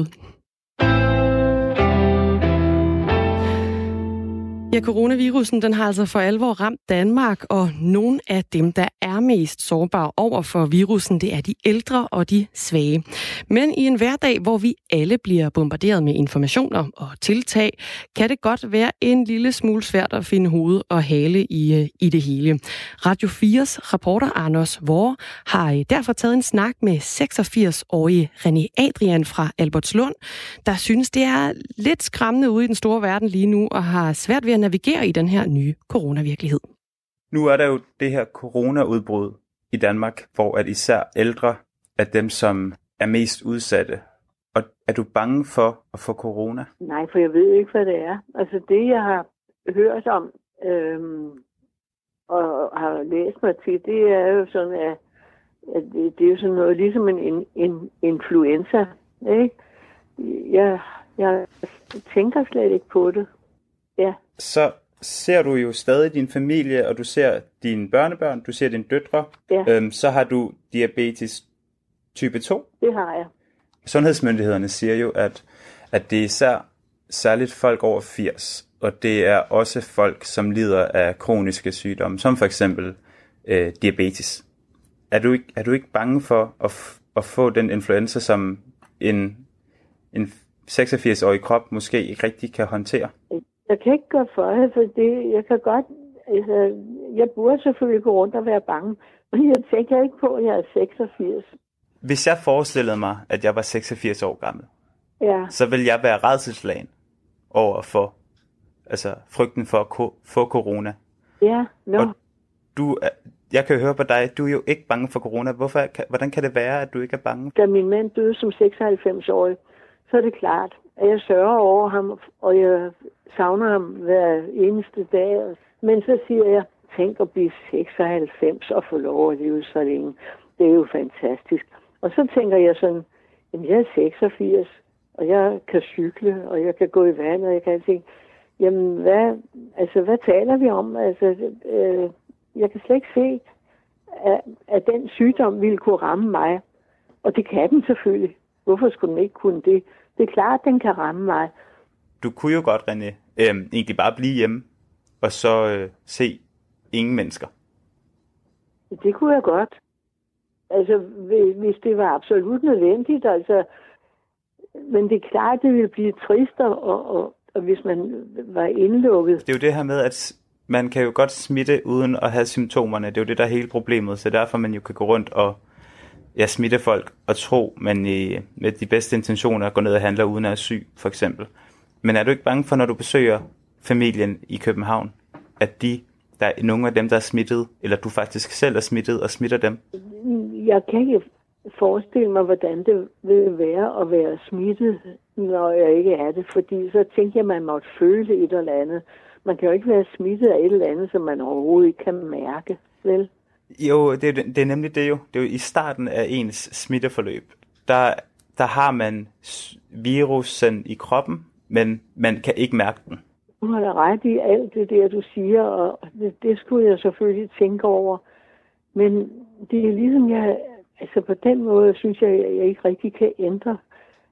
Ja, coronavirusen, den har altså for alvor ramt Danmark, og nogle af dem, der er mest sårbare over for virusen, det er de ældre og de svage. Men i en hverdag, hvor vi alle bliver bombarderet med informationer og tiltag, kan det godt være en lille smule svært at finde hoved og hale i, i det hele. Radio fires reporter Anders Vore har derfor taget en snak med seksogfirs-årige René Adrian fra Albertslund, der synes, det er lidt skræmmende ude i den store verden lige nu, og har svært ved at navigere i den her nye coronavirkelighed. Nu er der jo det her coronaudbrud i Danmark, hvor at især ældre er dem, som er mest udsatte. Og er du bange for at få corona? Nej, for jeg ved ikke, hvad det er. Altså det, jeg har hørt om øhm, og har læst mig til, det er jo sådan, at, at det, det er jo sådan noget ligesom en, en, en influenza, ikke? Jeg, jeg tænker slet ikke på det. Ja. Så ser du jo stadig din familie, og du ser dine børnebørn, du ser dine døtre. Ja. Øhm, så har du diabetes type to. Det har jeg. Sundhedsmyndighederne siger jo, at, at det er især særligt folk over firs, og det er også folk, som lider af kroniske sygdomme, som for eksempel øh, diabetes. Er du ikke, er du ikke bange for at, f- at få den influenza, som en, en seksogfirs-årig krop måske ikke rigtig kan håndtere? Jeg kan ikke gøre for det, for det, jeg kan godt, altså, jeg burde selvfølgelig gå rundt og være bange, men jeg tænker ikke på, at jeg er seksogfirs. Hvis jeg forestillede mig, at jeg var seksogfirs år gammel, ja. så ville jeg være rædselslagen over for, altså frygten for at ko- få corona. Ja, no. Og du, jeg kan høre på dig, du er jo ikke bange for corona. Hvorfor, hvordan kan det være, at du ikke er bange? Da min mand døde som seksoghalvfems-årig, så er det klart, at jeg sørger over ham, og jeg savner ham hver eneste dag. Men så siger jeg, tænk at blive seksoghalvfems og få lov at leve så længe. Det er jo fantastisk. Og så tænker jeg sådan, jamen jeg er seksogfirs, og jeg kan cykle, og jeg kan gå i vand, og jeg kan tænke, jamen hvad, altså, hvad taler vi om? Altså, øh, jeg kan slet ikke se, at, at den sygdom ville kunne ramme mig. Og det kan den selvfølgelig. Hvorfor skulle den ikke kunne det? Det er klart, at den kan ramme mig. Du kunne jo godt, René, øh, egentlig bare blive hjemme, og så øh, se ingen mennesker. Det kunne jeg godt. Altså, hvis det var absolut nødvendigt, altså. Men det er klart, at det ville blive trist, og, og, og hvis man var indlukket. Det er jo det her med, at man kan jo godt smitte uden at have symptomerne. Det er jo det, der er hele problemet. Så derfor man jo kan gå rundt og ja, smitte folk og tro, man i, med de bedste intentioner går ned og handler uden at være syg, for eksempel. Men er du ikke bange for, når du besøger familien i København, at de, der er nogle af dem, der er smittet, eller du faktisk selv er smittet og smitter dem? Jeg kan ikke forestille mig, hvordan det vil være at være smittet, når jeg ikke er det. Fordi så tænker jeg, at man måtte føle et eller andet. Man kan jo ikke være smittet af et eller andet, som man overhovedet ikke kan mærke, vel? Jo, det er, det er nemlig det jo. Det er jo i starten af ens smitteforløb. Der, der har man virusen i kroppen, men man kan ikke mærke den. Du har da ret i alt det der, du siger, og det, det skulle jeg selvfølgelig tænke over. Men det er ligesom, jeg, altså på den måde synes jeg, at jeg ikke rigtig kan ændre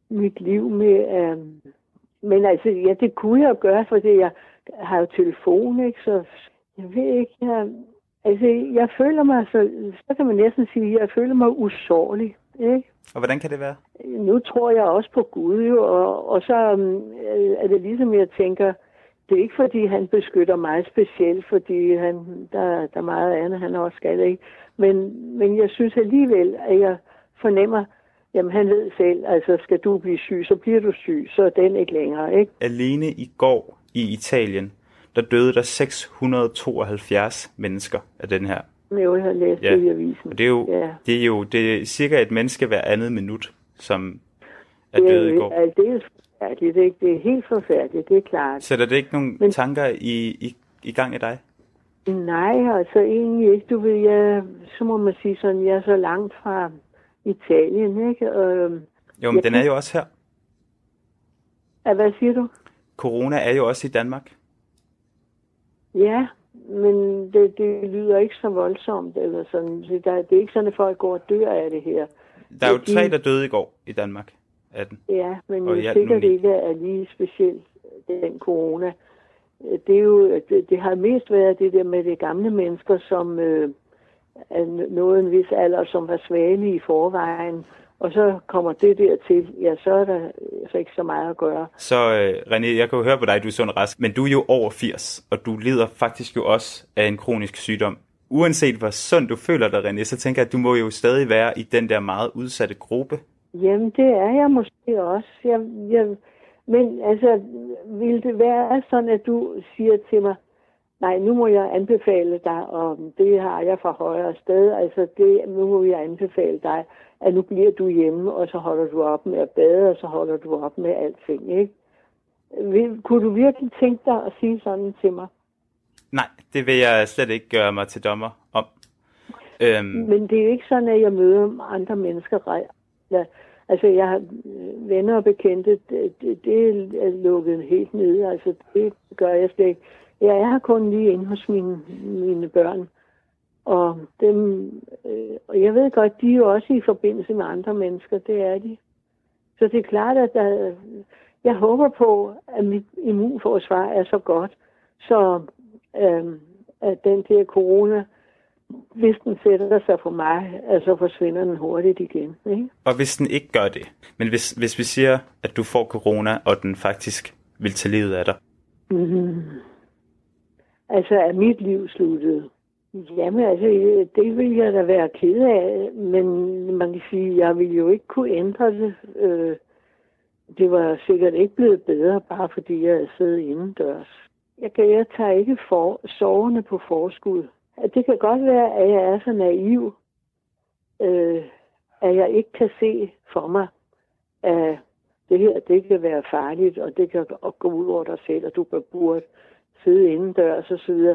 mit liv med... Øh, men altså, ja, det kunne jeg gøre, fordi jeg har jo telefon, ikke? Så jeg ved ikke, jeg... Altså, jeg føler mig, så, så kan man næsten sige, jeg føler mig usårlig, ikke? Og hvordan kan det være? Nu tror jeg også på Gud, jo, og, og så øh, er det ligesom, jeg tænker, det er ikke fordi, han beskytter mig specielt, fordi han, der, der er meget andet, han også skal, ikke? Men, men jeg synes alligevel, at jeg fornemmer, jamen han ved selv, altså skal du blive syg, så bliver du syg, så er den ikke længere, ikke? Alene i går i Italien, der døde der seks hundrede og tooghalvfjerds mennesker af den her. Jo, jeg har læst ja. det i avisen. Og det er jo, ja. det er jo det er cirka et menneske hver andet minut, som er døde i går. Ja, det er forfærdeligt, det er, det er helt forfærdeligt, det er klart. Sætter det ikke nogen Men, tanker i, i, i gang i dig? Nej, altså egentlig ikke. Du ved, jeg, så må man sige sådan, jeg er så langt fra Italien, ikke? Og, jo, men jeg, den er jo også her. Ja, hvad siger du? Corona er jo også i Danmark. Ja, men det, det lyder ikke så voldsomt, eller sådan. Det, der, det er ikke sådan, at folk går og dør af det her. Der er jo tre, der døde i går i Danmark af den. Ja, men jeg sikkert ikke er lige specielt den corona. Det, er jo, det, det har mest været det der med de gamle mennesker, som øh, er nået en vis alder, som var svagelige i forvejen. Og så kommer det der til, ja, så er der så ikke så meget at gøre. Så øh, René, jeg kan jo høre på dig, du er sund og rask, men du er jo over firs, og du lider faktisk jo også af en kronisk sygdom. Uanset hvor sund du føler dig, René, så tænker jeg, at du må jo stadig være i den der meget udsatte gruppe. Jamen, det er jeg måske også. Jeg, jeg, men altså, vil det være sådan, at du siger til mig, nej, nu må jeg anbefale dig, og det har jeg fra højre sted, altså det, nu må jeg anbefale dig, at nu bliver du hjemme, og så holder du op med at bade, og så holder du op med alting, ikke? Vil, kunne du virkelig tænke dig at sige sådan til mig? Nej, det vil jeg slet ikke gøre mig til dommer om. Øhm... Men det er jo ikke sådan, at jeg møder andre mennesker. Ja, altså, jeg har venner og bekendte, det, det, det er lukket helt ned, altså det gør jeg slet ikke. Jeg er kun lige inde hos mine, mine børn. Og, dem, øh, og jeg ved godt, de er jo også i forbindelse med andre mennesker, det er de. Så det er klart, at der, jeg håber på, at mit immunforsvar er så godt, så øh, at den der corona, hvis den sætter sig for mig, så forsvinder den hurtigt igen. Ikke? Og hvis den ikke gør det, men hvis, hvis vi siger, at du får corona, og den faktisk vil tage livet af dig? Mm-hmm. Altså, er mit liv sluttet? Jamen, altså, det vil jeg da være ked af, men man kan sige, at jeg ville jo ikke kunne ændre det. Det var sikkert ikke blevet bedre, bare fordi jeg sidder indendørs. Jeg, kan, jeg tager ikke for, soverne på forskud. Det kan godt være, at jeg er så naiv, øh, at jeg ikke kan se for mig, at det her, det kan være farligt, og det kan gå ud over dig selv, og du burde sidde indendørs og så videre.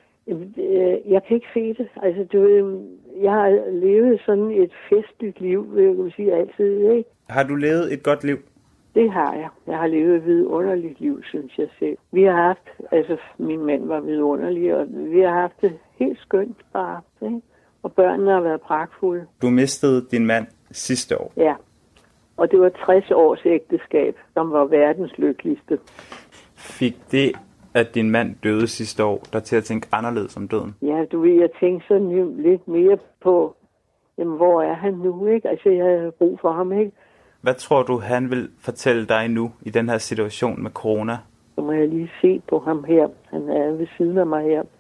Jeg kan ikke se det. Altså, du ved, jeg har levet sådan et festligt liv, vil jeg sige altid, ikke? Har du levet et godt liv? Det har jeg. Jeg har levet et vidunderligt liv, synes jeg selv. Vi har haft, altså min mand var vidunderlig, og vi har haft det helt skønt bare, ikke? Og børnene har været pragtfulde. Du mistede din mand sidste år. Ja, og det var tres års ægteskab, som var verdens lykkeligste. Fik det, at din mand døde sidste år, der til at tænke anderledes om døden? Ja, du ved, jeg tænkte sådan lidt mere på, jamen, hvor er han nu, ikke? Altså, jeg havde brug for ham, ikke? Hvad tror du, han vil fortælle dig nu i den her situation med corona? Så må jeg lige se på ham her. Han er ved siden af mig her.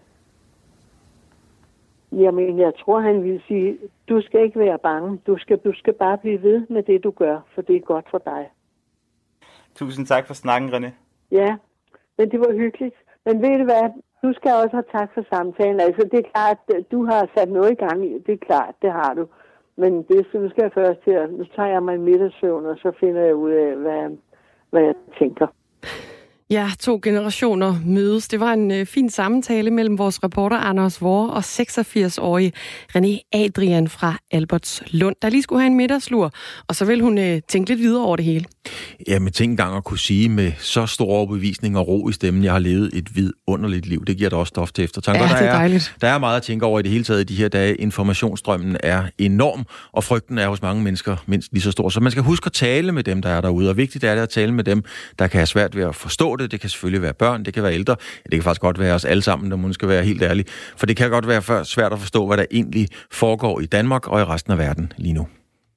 Jamen, jeg tror, han vil sige, du skal ikke være bange. Du skal, du skal bare blive ved med det, du gør, for det er godt for dig. Tusind tak for snakken, René. Ja, men det var hyggeligt. Men ved du hvad, du skal også have tak for samtalen. Altså, det er klart, at du har sat noget i gang. Det er klart, det har du. Men det nu skal jeg først til at, nu tager jeg mig en middagssøvn, og så finder jeg ud af, hvad, hvad jeg tænker. Ja, to generationer mødes. Det var en øh, fin samtale mellem vores reporter Anders Vore og seksogfirs-årige René Adrian fra Albertslund, der lige skulle have en middagslur, og så vil hun øh, tænke lidt videre over det hele. Ja, men tænk engang at kunne sige med så stor overbevisning og ro i stemmen, jeg har levet et vidunderligt liv. Det giver da også stof til eftertanke. Ja, det er dejligt. Der er, der er meget at tænke over i det hele taget i de her dage. Informationsstrømmen er enorm, og frygten er hos mange mennesker mindst lige så stor. Så man skal huske at tale med dem, der er derude, og vigtigt er det at tale med dem, der kan have svært ved at forstå det. Det kan selvfølgelig være børn, det kan være ældre, det kan faktisk godt være os alle sammen, når man skal være helt ærlig. For det kan godt være svært at forstå, hvad der egentlig foregår i Danmark og i resten af verden lige nu.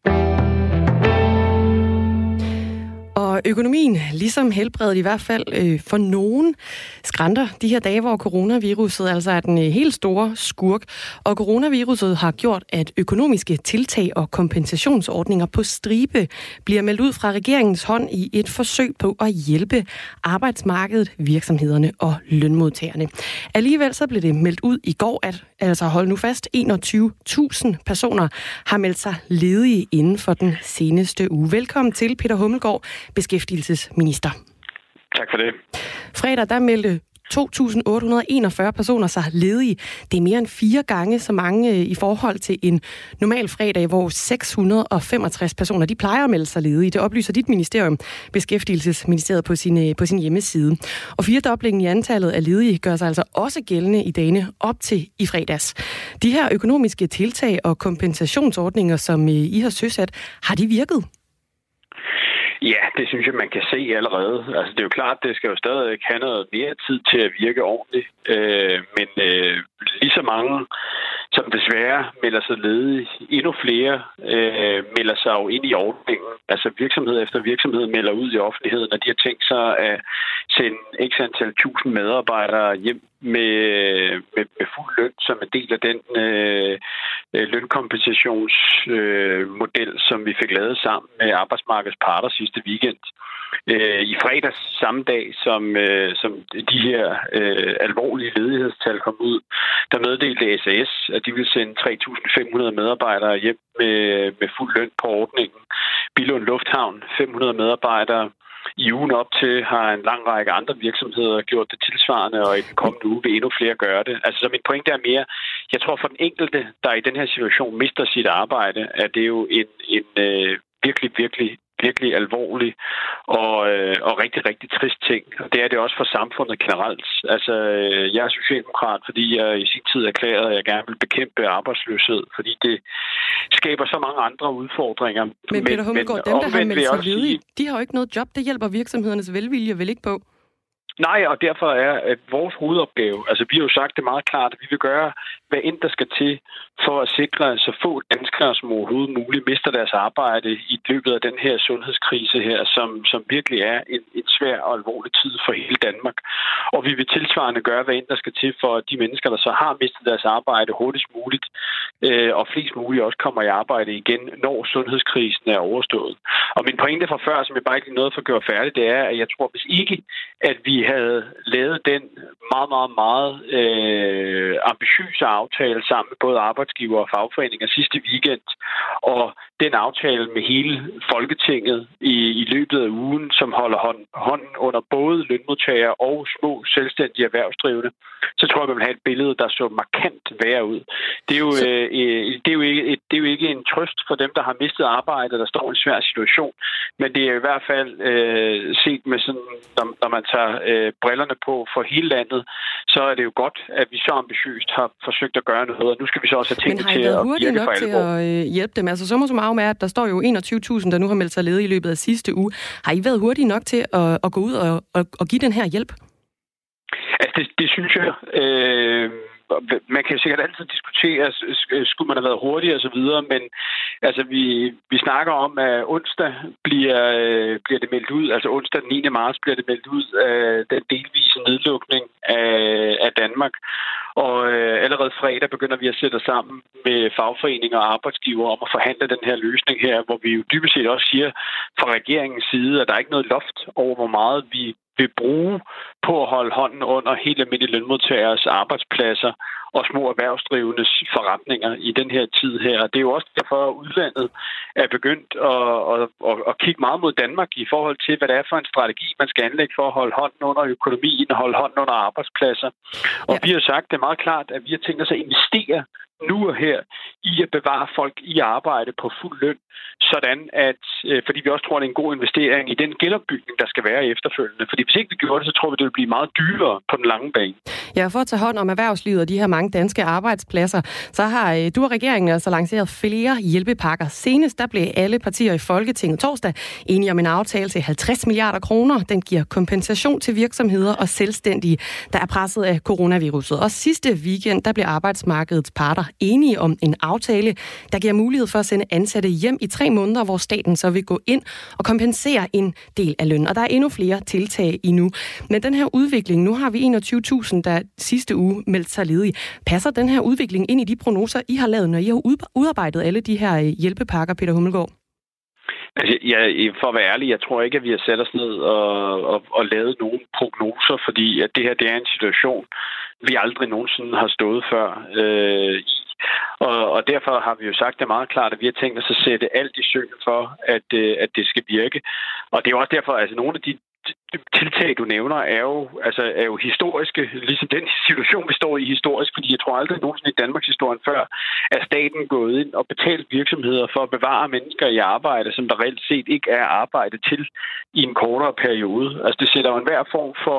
Og økonomien, ligesom helbredet i hvert fald øh, for nogen, skranter de her dage, hvor coronaviruset altså er den øh, helt store skurk. Og coronaviruset har gjort, at økonomiske tiltag og kompensationsordninger på stribe bliver meldt ud fra regeringens hånd i et forsøg på at hjælpe arbejdsmarkedet, virksomhederne og lønmodtagerne. Alligevel så blev det meldt ud i går, at altså hold nu fast, enogtyve tusind personer har meldt sig ledige inden for den seneste uge. Velkommen til, Peter Hummelgaard, beskæftigelsesminister. Tak for det. Fredag der meldte to tusind otte hundrede og enogfyrre personer sig ledige. Det er mere end fire gange så mange i forhold til en normal fredag, hvor seks hundrede og femogtres personer de plejer at melde sig ledige. Det oplyser dit ministerium, Beskæftigelsesministeriet, på sin, på sin hjemmeside. Og firedoblingen i antallet af ledige gør sig altså også gældende i dagene op til i fredags. De her økonomiske tiltag og kompensationsordninger, som I har søsat, har de virket? Ja, det synes jeg, man kan se allerede. Altså, det er jo klart, det skal jo stadig have noget mere tid til at virke ordentligt. Øh, men øh, lige så mange, som desværre melder sig ledige, endnu flere øh, melder sig jo ind i ordningen. Altså virksomhed efter virksomhed melder ud i offentligheden, og de har tænkt sig at sende x antal tusind medarbejdere hjem med, med, med fuld løn, som en del af den øh, lønkompensationsmodel, øh, som vi fik lavet sammen med arbejdsmarkedets parter sidste weekend. Øh, I fredags samme dag, som, øh, som de her øh, alvorlige ledighedstal kom ud, der meddelte S A S, at de vil sende tre tusind fem hundrede medarbejdere hjem med, med fuld løn på ordningen. Billund Lufthavn, fem hundrede medarbejdere. I ugen op til har en lang række andre virksomheder gjort det tilsvarende, og i den kommende uge vil endnu flere gøre det. Altså, så min pointe er mere, jeg tror for den enkelte, der i den her situation mister sit arbejde, at det er jo en, en øh, virkelig, virkelig, virkelig alvorlig og, øh, og rigtig, rigtig trist ting. Og det er det også for samfundet generelt. Altså, øh, jeg er socialdemokrat, fordi jeg i sin tid erklærede, at jeg gerne vil bekæmpe arbejdsløshed, fordi det skaber så mange andre udfordringer. Men Peter Hummelgaard, dem, der har meldt sig ledige, de har jo ikke noget job. Det hjælper virksomhedernes velvilje vel ikke på? Nej, og derfor er at vores hovedopgave, altså vi har jo sagt det meget klart, at vi vil gøre, hvad end der skal til, for at sikre, at så få danskere som overhovedet muligt mister deres arbejde i løbet af den her sundhedskrise her, som, som virkelig er en, en svær og alvorlig tid for hele Danmark. Og vi vil tilsvarende gøre, hvad end der skal til, for at de mennesker, der så har mistet deres arbejde hurtigst muligt, øh, og flest muligt også kommer i arbejde igen, når sundhedskrisen er overstået. Og min pointe fra før, som jeg bare ikke nåede for at gøre færdigt, det er, at jeg tror, hvis ikke, at vi havde lavet den meget, meget, meget øh, ambitiøse aftale sammen med både arbejdsgiver og fagforeninger sidste weekend, og den aftale med hele Folketinget i, i løbet af ugen, som holder hånd, hånden under både lønmodtagere og små selvstændige erhvervsdrivende, så tror jeg, man vil have et billede, der så markant værre ud. Det er jo, øh, det er jo, ikke, det er jo ikke en trøst for dem, der har mistet arbejde, der står i en svær situation, men det er i hvert fald øh, set med sådan, når, når man tager øh, brillerne på for hele landet, så er det jo godt, at vi så ambitiøst har forsøgt at gøre noget, og nu skal vi så også have tænkt til at virke for alvor. Men har I været hurtigt nok til at hjælpe dem? Altså, summa summarum er, at der står jo enogtyve tusind, der nu har meldt sig ledige i løbet af sidste uge. Har I været hurtigt nok til at, at gå ud og, og, og give den her hjælp? Altså, det, det synes jeg... Øh... Man kan sikkert altid diskutere, skulle man have været hurtigere og så videre, men altså, vi, vi snakker om, at onsdag bliver, bliver det meldt ud, altså onsdag den niende marts bliver det meldt ud af den delvise nedlukning af, af Danmark. Og øh, allerede fredag begynder vi at sætte os sammen med fagforeninger og arbejdsgiver om at forhandle den her løsning her, hvor vi jo dybest set også siger fra regeringens side, at der er ikke noget loft over, hvor meget vi vil bruge på at holde hånden under helt almindelige lønmodtageres arbejdspladser og små erhvervsdrivendes forretninger i den her tid her. Det er jo også derfor, at udlandet er begyndt at, at, at, at kigge meget mod Danmark i forhold til, hvad det er for en strategi, man skal anlægge for at holde hånden under økonomien og holde hånden under arbejdspladser. Og ja. Vi har sagt, det er meget klart, at vi har tænkt os at investere nu og her i at bevare folk i arbejde på fuld løn, sådan at, øh, fordi vi også tror, det er en god investering i den genopbygning, der skal være efterfølgende. Fordi hvis ikke vi gjorde det, så tror vi, det vil blive meget dyrere på den lange bane. Ja, for at tage hånd om erhvervslivet og de her mange danske arbejdspladser, så har øh, du og regeringen altså lanceret flere hjælpepakker. Senest der blev alle partier i Folketinget torsdag enige om en aftale til halvtreds milliarder kroner. Den giver kompensation til virksomheder og selvstændige, der er presset af coronaviruset. Og sidste weekend, der blev arbejdsmarkedets parter enige om en aftale, der giver mulighed for at sende ansatte hjem i tre måneder, hvor staten så vil gå ind og kompensere en del af lønnen. Og der er endnu flere tiltag endnu. Men den her udvikling, nu har vi enogtyve tusind, der sidste uge meldte sig ledige. Passer den her udvikling ind i de prognoser, I har lavet, når I har udarbejdet alle de her hjælpepakker, Peter Hummelgaard? Altså, ja, for at være ærlig, jeg tror ikke, at vi har sat os ned og, og, og lavet nogle prognoser, fordi at det her det er en situation, vi aldrig nogensinde har stået før øh, i. Og, og derfor har vi jo sagt det meget klart, at vi har tænkt os at sætte alt i søen for, at, øh, at det skal virke. Og det er også derfor, altså nogle af de tiltag, du nævner, er jo, altså, er jo historiske, ligesom den situation, vi står i historisk, fordi jeg tror aldrig nogensinde i Danmarks historien før, at staten gået ind og betalt virksomheder for at bevare mennesker i arbejde, som der reelt set ikke er arbejde til i en kortere periode. Altså det sætter jo enhver form for,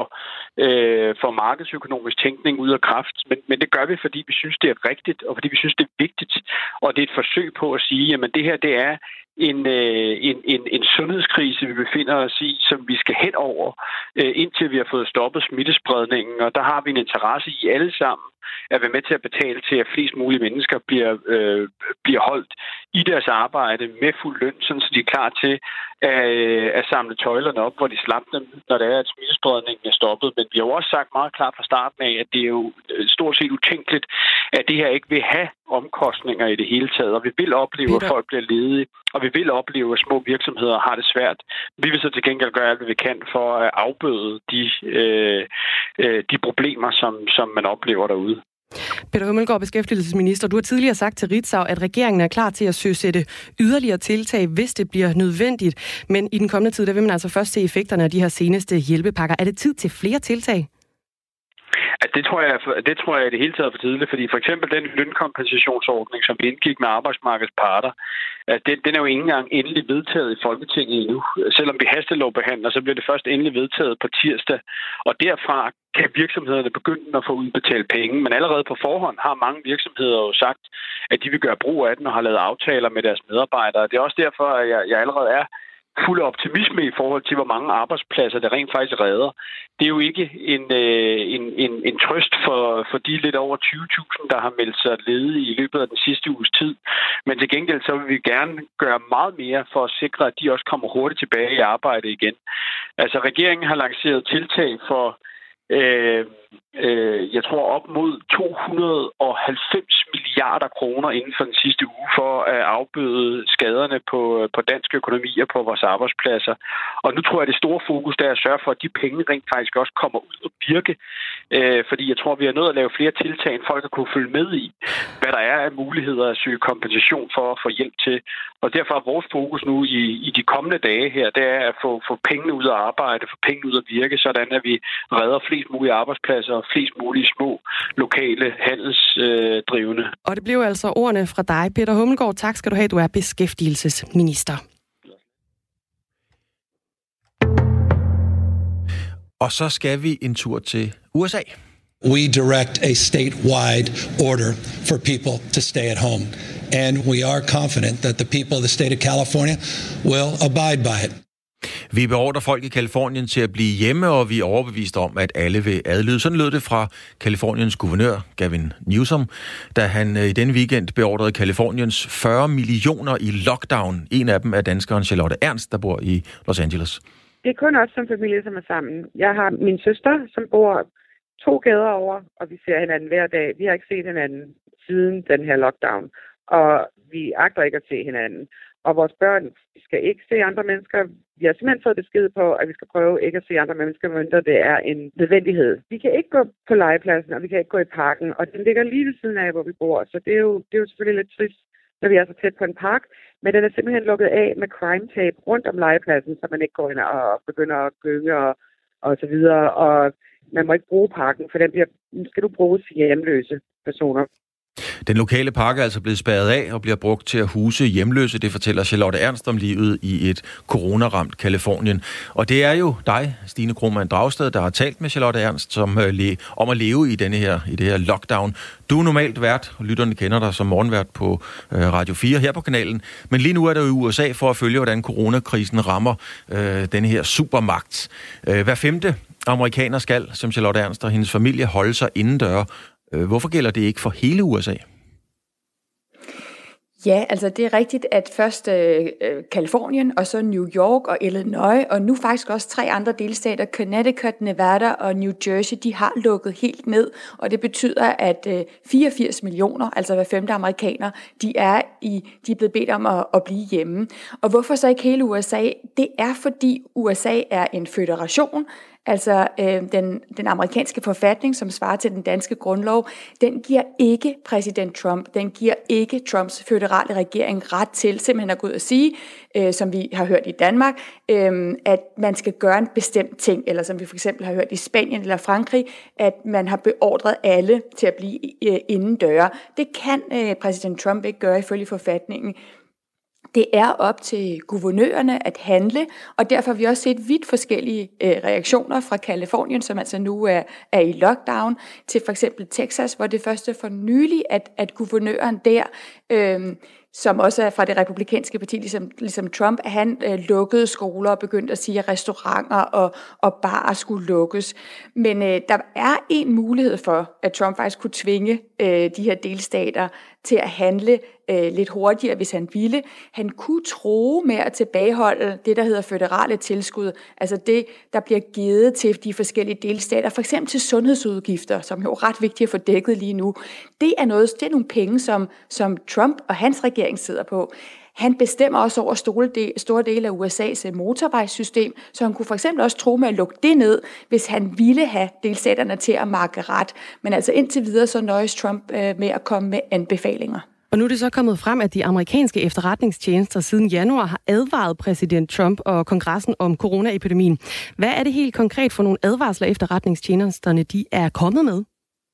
øh, for markedsøkonomisk tænkning ud af kraft, men, men det gør vi, fordi vi synes, det er rigtigt, og fordi vi synes, det er vigtigt, og det er et forsøg på at sige, jamen det her, det er En, en, en, en sundhedskrise, vi befinder os i, som vi skal hen over, indtil vi har fået stoppet smittespredningen. Og der har vi en interesse i alle sammen at være med til at betale til, at flest mulige mennesker bliver, øh, bliver holdt i deres arbejde med fuld løn, sådan så de er klar til at, at samle tøjlerne op, hvor de slap dem, når det er, at smittespredningen er stoppet. Men vi har jo også sagt meget klart fra starten af, at det er jo stort set utænkeligt, at det her ikke vil have omkostninger i det hele taget. Og vi vil opleve, at folk bliver ledige, og vi vil opleve, at små virksomheder har det svært. Vi vil så til gengæld gøre alt, hvad vi kan for at afbøde de, øh, de problemer, som, som man oplever derude. Peter Hummelgaard, beskæftigelsesminister, du har tidligere sagt til Ritzau, at regeringen er klar til at søsætte yderligere tiltag, hvis det bliver nødvendigt. Men i den kommende tid, der vil man altså først se effekterne af de her seneste hjælpepakker. Er det tid til flere tiltag? Altså, det tror jeg, det tror jeg i det hele taget for tidligt, fordi for eksempel den lønkompensationsordning, som vi indgik med arbejdsmarkedets parter, den, den er jo ikke engang endelig vedtaget i Folketinget endnu. Selvom vi hastelovbehandler, så bliver det først endelig vedtaget på tirsdag, og derfra kan virksomhederne begynde at få udbetalt penge. Men allerede på forhånd har mange virksomheder jo sagt, at de vil gøre brug af den og har lavet aftaler med deres medarbejdere. Det er også derfor, at jeg, jeg allerede er fuld af optimisme i forhold til, hvor mange arbejdspladser det rent faktisk redder. Det er jo ikke en, en, en, en trøst for, for de lidt over tyve tusind, der har meldt sig ledige i løbet af den sidste uges tid. Men til gengæld så vil vi gerne gøre meget mere for at sikre, at de også kommer hurtigt tilbage i arbejde igen. Altså regeringen har lanceret tiltag for Øh, øh, jeg tror op mod to hundrede og halvfems milliarder kroner inden for den sidste uge for at afbøde skaderne på, på dansk økonomi og på vores arbejdspladser. Og nu tror jeg, at det store fokus der er at sørge for, at de penge rent faktisk også kommer ud og virke. Øh, fordi jeg tror, vi er nødt til at lave flere tiltag, end folk har kunne følge med i, hvad der er af muligheder at søge kompensation for at få hjælp til. Og derfor er vores fokus nu i, i de kommende dage her, det er at få, få pengene ud af arbejde, få pengene ud at virke, sådan at vi redder flest mulige arbejdspladser og flest mulige små lokale handelsdrivende. Øh, og det blev altså ordene fra dig, Peter Hummelgaard. Tak skal du have, du er beskæftigelsesminister. Og så skal vi en tur til U S A. We direct a statewide order for people to stay at home. And we are confident that the people of the state of California will abide by it. Vi beordrer folk i Kalifornien til at blive hjemme, og vi er overbevist om, at alle vil adlyde. Sådan lød det fra Kaliforniens guvernør, Gavin Newsom, da han i denne weekend beordrede Kaliforniens fyrre millioner i lockdown. En af dem er danskeren Charlotte Ernst, der bor i Los Angeles. Det er kun os som familie, som er sammen. Jeg har min søster, som bor to gader over, og vi ser hinanden hver dag. Vi har ikke set hinanden siden den her lockdown, og vi agter ikke at se hinanden. og vores børn skal ikke se andre mennesker. Vi har simpelthen fået besked på, at vi skal prøve ikke at se andre mennesker, mindre det er en nødvendighed. Vi kan ikke gå på legepladsen, og vi kan ikke gå i parken, og den ligger lige ved siden af, hvor vi bor, så det er jo, det er jo selvfølgelig lidt trist, når vi er så tæt på en park, men den er simpelthen lukket af med crime tape rundt om legepladsen, så man ikke går ind og begynder at gynge og, og så videre, og man må ikke bruge parken, for den bliver, skal du bruge til hjemløse personer. Den lokale park er altså blevet spærret af og bliver brugt til at huse hjemløse. Det fortæller Charlotte Ernst om livet i et coronaramt Kalifornien. Og det er jo dig, Stine Krohmann Dragsted, der har talt med Charlotte Ernst som, uh, le- om at leve i, denne her, i det her lockdown. Du er normalt vært, og lytterne kender dig som morgenvært på uh, Radio fire her på kanalen. Men lige nu er der jo i U S A for at følge, hvordan coronakrisen rammer uh, denne her supermagt. Uh, hver femte amerikaner skal, som Charlotte Ernst og hendes familie, holde sig indendøre. Hvorfor gælder det ikke for hele U S A? Ja, altså det er rigtigt, at først øh, Kalifornien, og så New York og Illinois, og nu faktisk også tre andre delstater, Connecticut, Nevada og New Jersey, de har lukket helt ned, og det betyder, at øh, fireogfirs millioner, altså hver femte amerikaner, de er, i, de er blevet bedt om at, at blive hjemme. Og hvorfor så ikke hele U S A? Det er, fordi U S A er en føderation. Altså øh, den, den amerikanske forfatning, som svarer til den danske grundlov, den giver ikke præsident Trump, den giver ikke Trumps føderale regering ret til simpelthen at gå ud og sige, øh, som vi har hørt i Danmark, øh, at man skal gøre en bestemt ting, eller som vi for eksempel har hørt i Spanien eller Frankrig, at man har beordret alle til at blive øh, indendøre. Det kan øh, præsident Trump ikke gøre ifølge forfatningen. Det er op til guvernørerne at handle, og derfor har vi også set vidt forskellige øh, reaktioner fra Kalifornien, som altså nu er, er i lockdown, til for eksempel Texas, hvor det første for nylig, at, at guvernøren der, øh, som også er fra det republikanske parti, ligesom, ligesom Trump, at han øh, lukkede skoler og begyndte at sige, at restauranter og, og barer skulle lukkes. Men øh, der er en mulighed for, at Trump faktisk kunne tvinge øh, de her delstater til at handle øh, lidt hurtigere, hvis han ville. Han kunne true med at tilbageholde det, der hedder føderale tilskud, altså det, der bliver givet til de forskellige delstater, for eksempel til sundhedsudgifter, som jo er ret vigtigt at få dækket lige nu. Det er, noget, det er nogle penge, som, som Trump og hans regering sidder på. Han bestemmer også over store, del, store dele af U S A's motorvejssystem, så han kunne for eksempel også tro med at lukke det ned, hvis han ville have delstaterne til at markere ret. Men altså indtil videre så nøjes Trump øh, med at komme med anbefalinger. Og nu er det så kommet frem, at de amerikanske efterretningstjenester siden januar har advaret præsident Trump og kongressen om coronaepidemien. Hvad er det helt konkret for nogle advarsler, efterretningstjenesterne de er kommet med?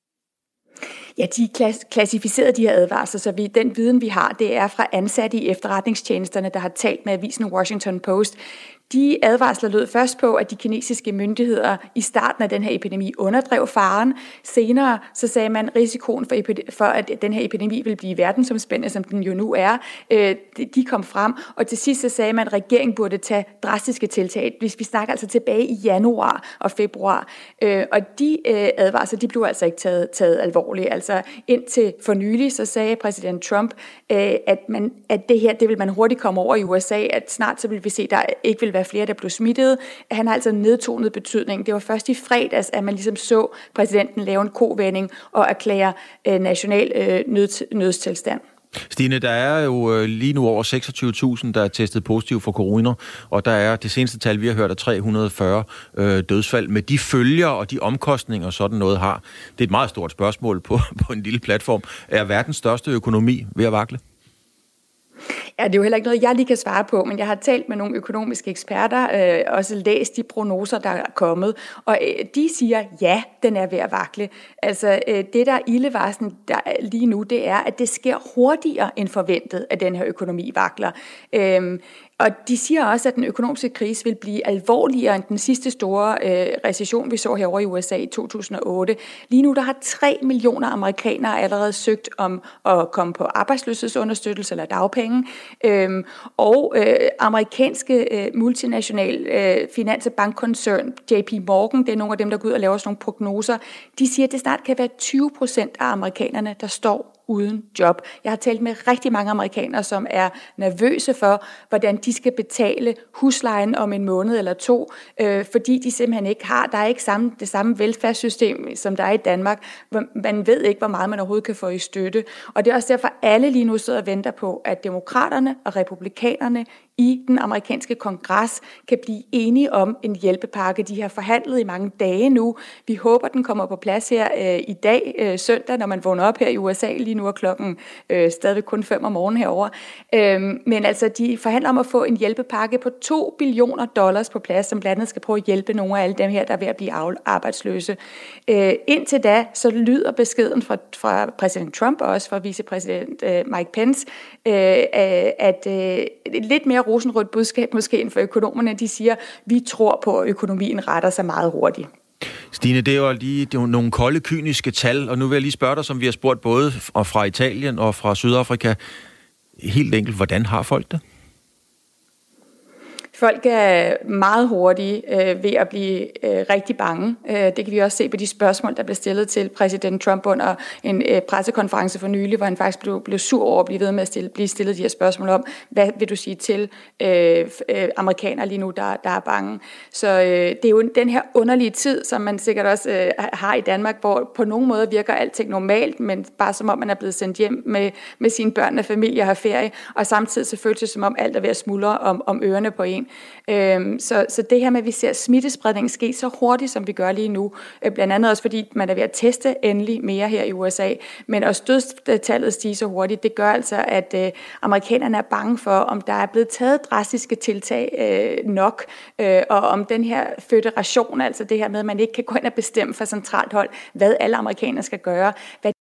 Ja, de er klassificeret de her advarsler, så vi, den viden, vi har, det er fra ansatte i efterretningstjenesterne, der har talt med avisen Washington Post. De advarsler lød først på, at de kinesiske myndigheder i starten af den her epidemi underdrev faren. Senere så sagde man, at risikoen for, for, at den her epidemi vil blive verdensomspændende, som den jo nu er, øh, de kom frem. Og til sidst så sagde man, at regeringen burde tage drastiske tiltag. Hvis vi snakker altså tilbage i januar og februar. Øh, og de øh, advarsler, de blev altså ikke taget, taget alvorligt. Altså indtil for nylig, så sagde præsident Trump, øh, at, man, at det her, det vil man hurtigt komme over i U S A, at snart så vil vi se, at der ikke vil være flere, der blev smittet. Han har altså nedtonet betydning. Det var først i fredags, at man ligesom så præsidenten lave en kovending og erklære øh, national øh, nød, nødstilstand. Stine, der er jo lige nu over seksogtyve tusind, der er testet positiv for corona, og der er det seneste tal, vi har hørt, af tre hundrede og fyrre øh, dødsfald. Med de følger og de omkostninger, sådan noget har, det er et meget stort spørgsmål på, på en lille platform. Er verdens største økonomi ved at vakle? Ja, det er jo heller ikke noget, jeg lige kan svare på, men jeg har talt med nogle økonomiske eksperter, øh, også læst de prognoser, der er kommet, og øh, de siger, ja, den er ved at vakle. Altså, øh, det der er ildevarslen der lige nu, det er, at det sker hurtigere end forventet, at den her økonomi vakler. Øh, Og de siger også, at den økonomiske krise vil blive alvorligere end den sidste store øh, recession, vi så herovre i U S A i to tusind og otte. Lige nu der har tre millioner amerikanere allerede søgt om at komme på arbejdsløshedsunderstøttelse eller dagpenge. Øhm, og øh, amerikanske øh, multinational øh, finans- og bankkoncern J P Morgan, det er nogle af dem, der går ud og laver sådan nogle prognoser, de siger, at det snart kan være tyve procent af amerikanerne, der står uden job. Jeg har talt med rigtig mange amerikanere, som er nervøse for, hvordan de skal betale huslejen om en måned eller to, øh, fordi de simpelthen ikke har, der er ikke samme, det samme velfærdssystem, som der er i Danmark. Man ved ikke, hvor meget man overhovedet kan få i støtte. Og det er også derfor, alle lige nu sidder og venter på, at demokraterne og republikanerne i den amerikanske kongres kan blive enige om en hjælpepakke. De har forhandlet i mange dage nu. Vi håber, den kommer på plads her øh, i dag, øh, søndag, når man vågner op her i U S A. Lige nu er klokken øh, stadig kun fem om morgenen herovre. Øh, men altså, de forhandler om at få en hjælpepakke på to billioner dollars på plads, som blandt andet skal prøve at hjælpe nogle af alle dem her, der er ved at blive arbejdsløse. Øh, indtil da, så lyder beskeden fra, fra præsident Trump og også fra vicepræsident øh, Mike Pence, øh, at øh, lidt mere rosenrødt budskab måske end for økonomerne. De siger, vi tror på, at økonomien retter sig meget hurtigt. Stine, det er jo lige det er jo nogle kolde, kyniske tal, og nu vil jeg lige spørge dig, som vi har spurgt både fra Italien og fra Sydafrika. Helt enkelt, hvordan har folk det? Folk er meget hurtige øh, ved at blive øh, rigtig bange. Øh, det kan vi også se på de spørgsmål, der blev stillet til præsident Trump under en øh, pressekonference for nylig, hvor han faktisk blev, blev sur over at blive ved med at stille, blive stillet de her spørgsmål om, hvad vil du sige til øh, øh, amerikanere lige nu, der, der er bange. Så øh, det er jo den her underlige tid, som man sikkert også øh, har i Danmark, hvor på nogle måder virker alting normalt, men bare som om man er blevet sendt hjem med, med sine børn og familie og har ferie, og samtidig så føles det som om alt er ved at smuldre om, om ørerne på en. Øhm, så, så det her med, at vi ser smittespredningen ske så hurtigt, som vi gør lige nu, øh, blandt andet også fordi man er ved at teste endelig mere her i U S A, men også dødstallet stiger så hurtigt, det gør altså, at øh, amerikanerne er bange for, om der er blevet taget drastiske tiltag øh, nok, øh, og om den her føderation, altså det her med, at man ikke kan gå ind og bestemme fra centralt hold, hvad alle amerikanere skal gøre, hvad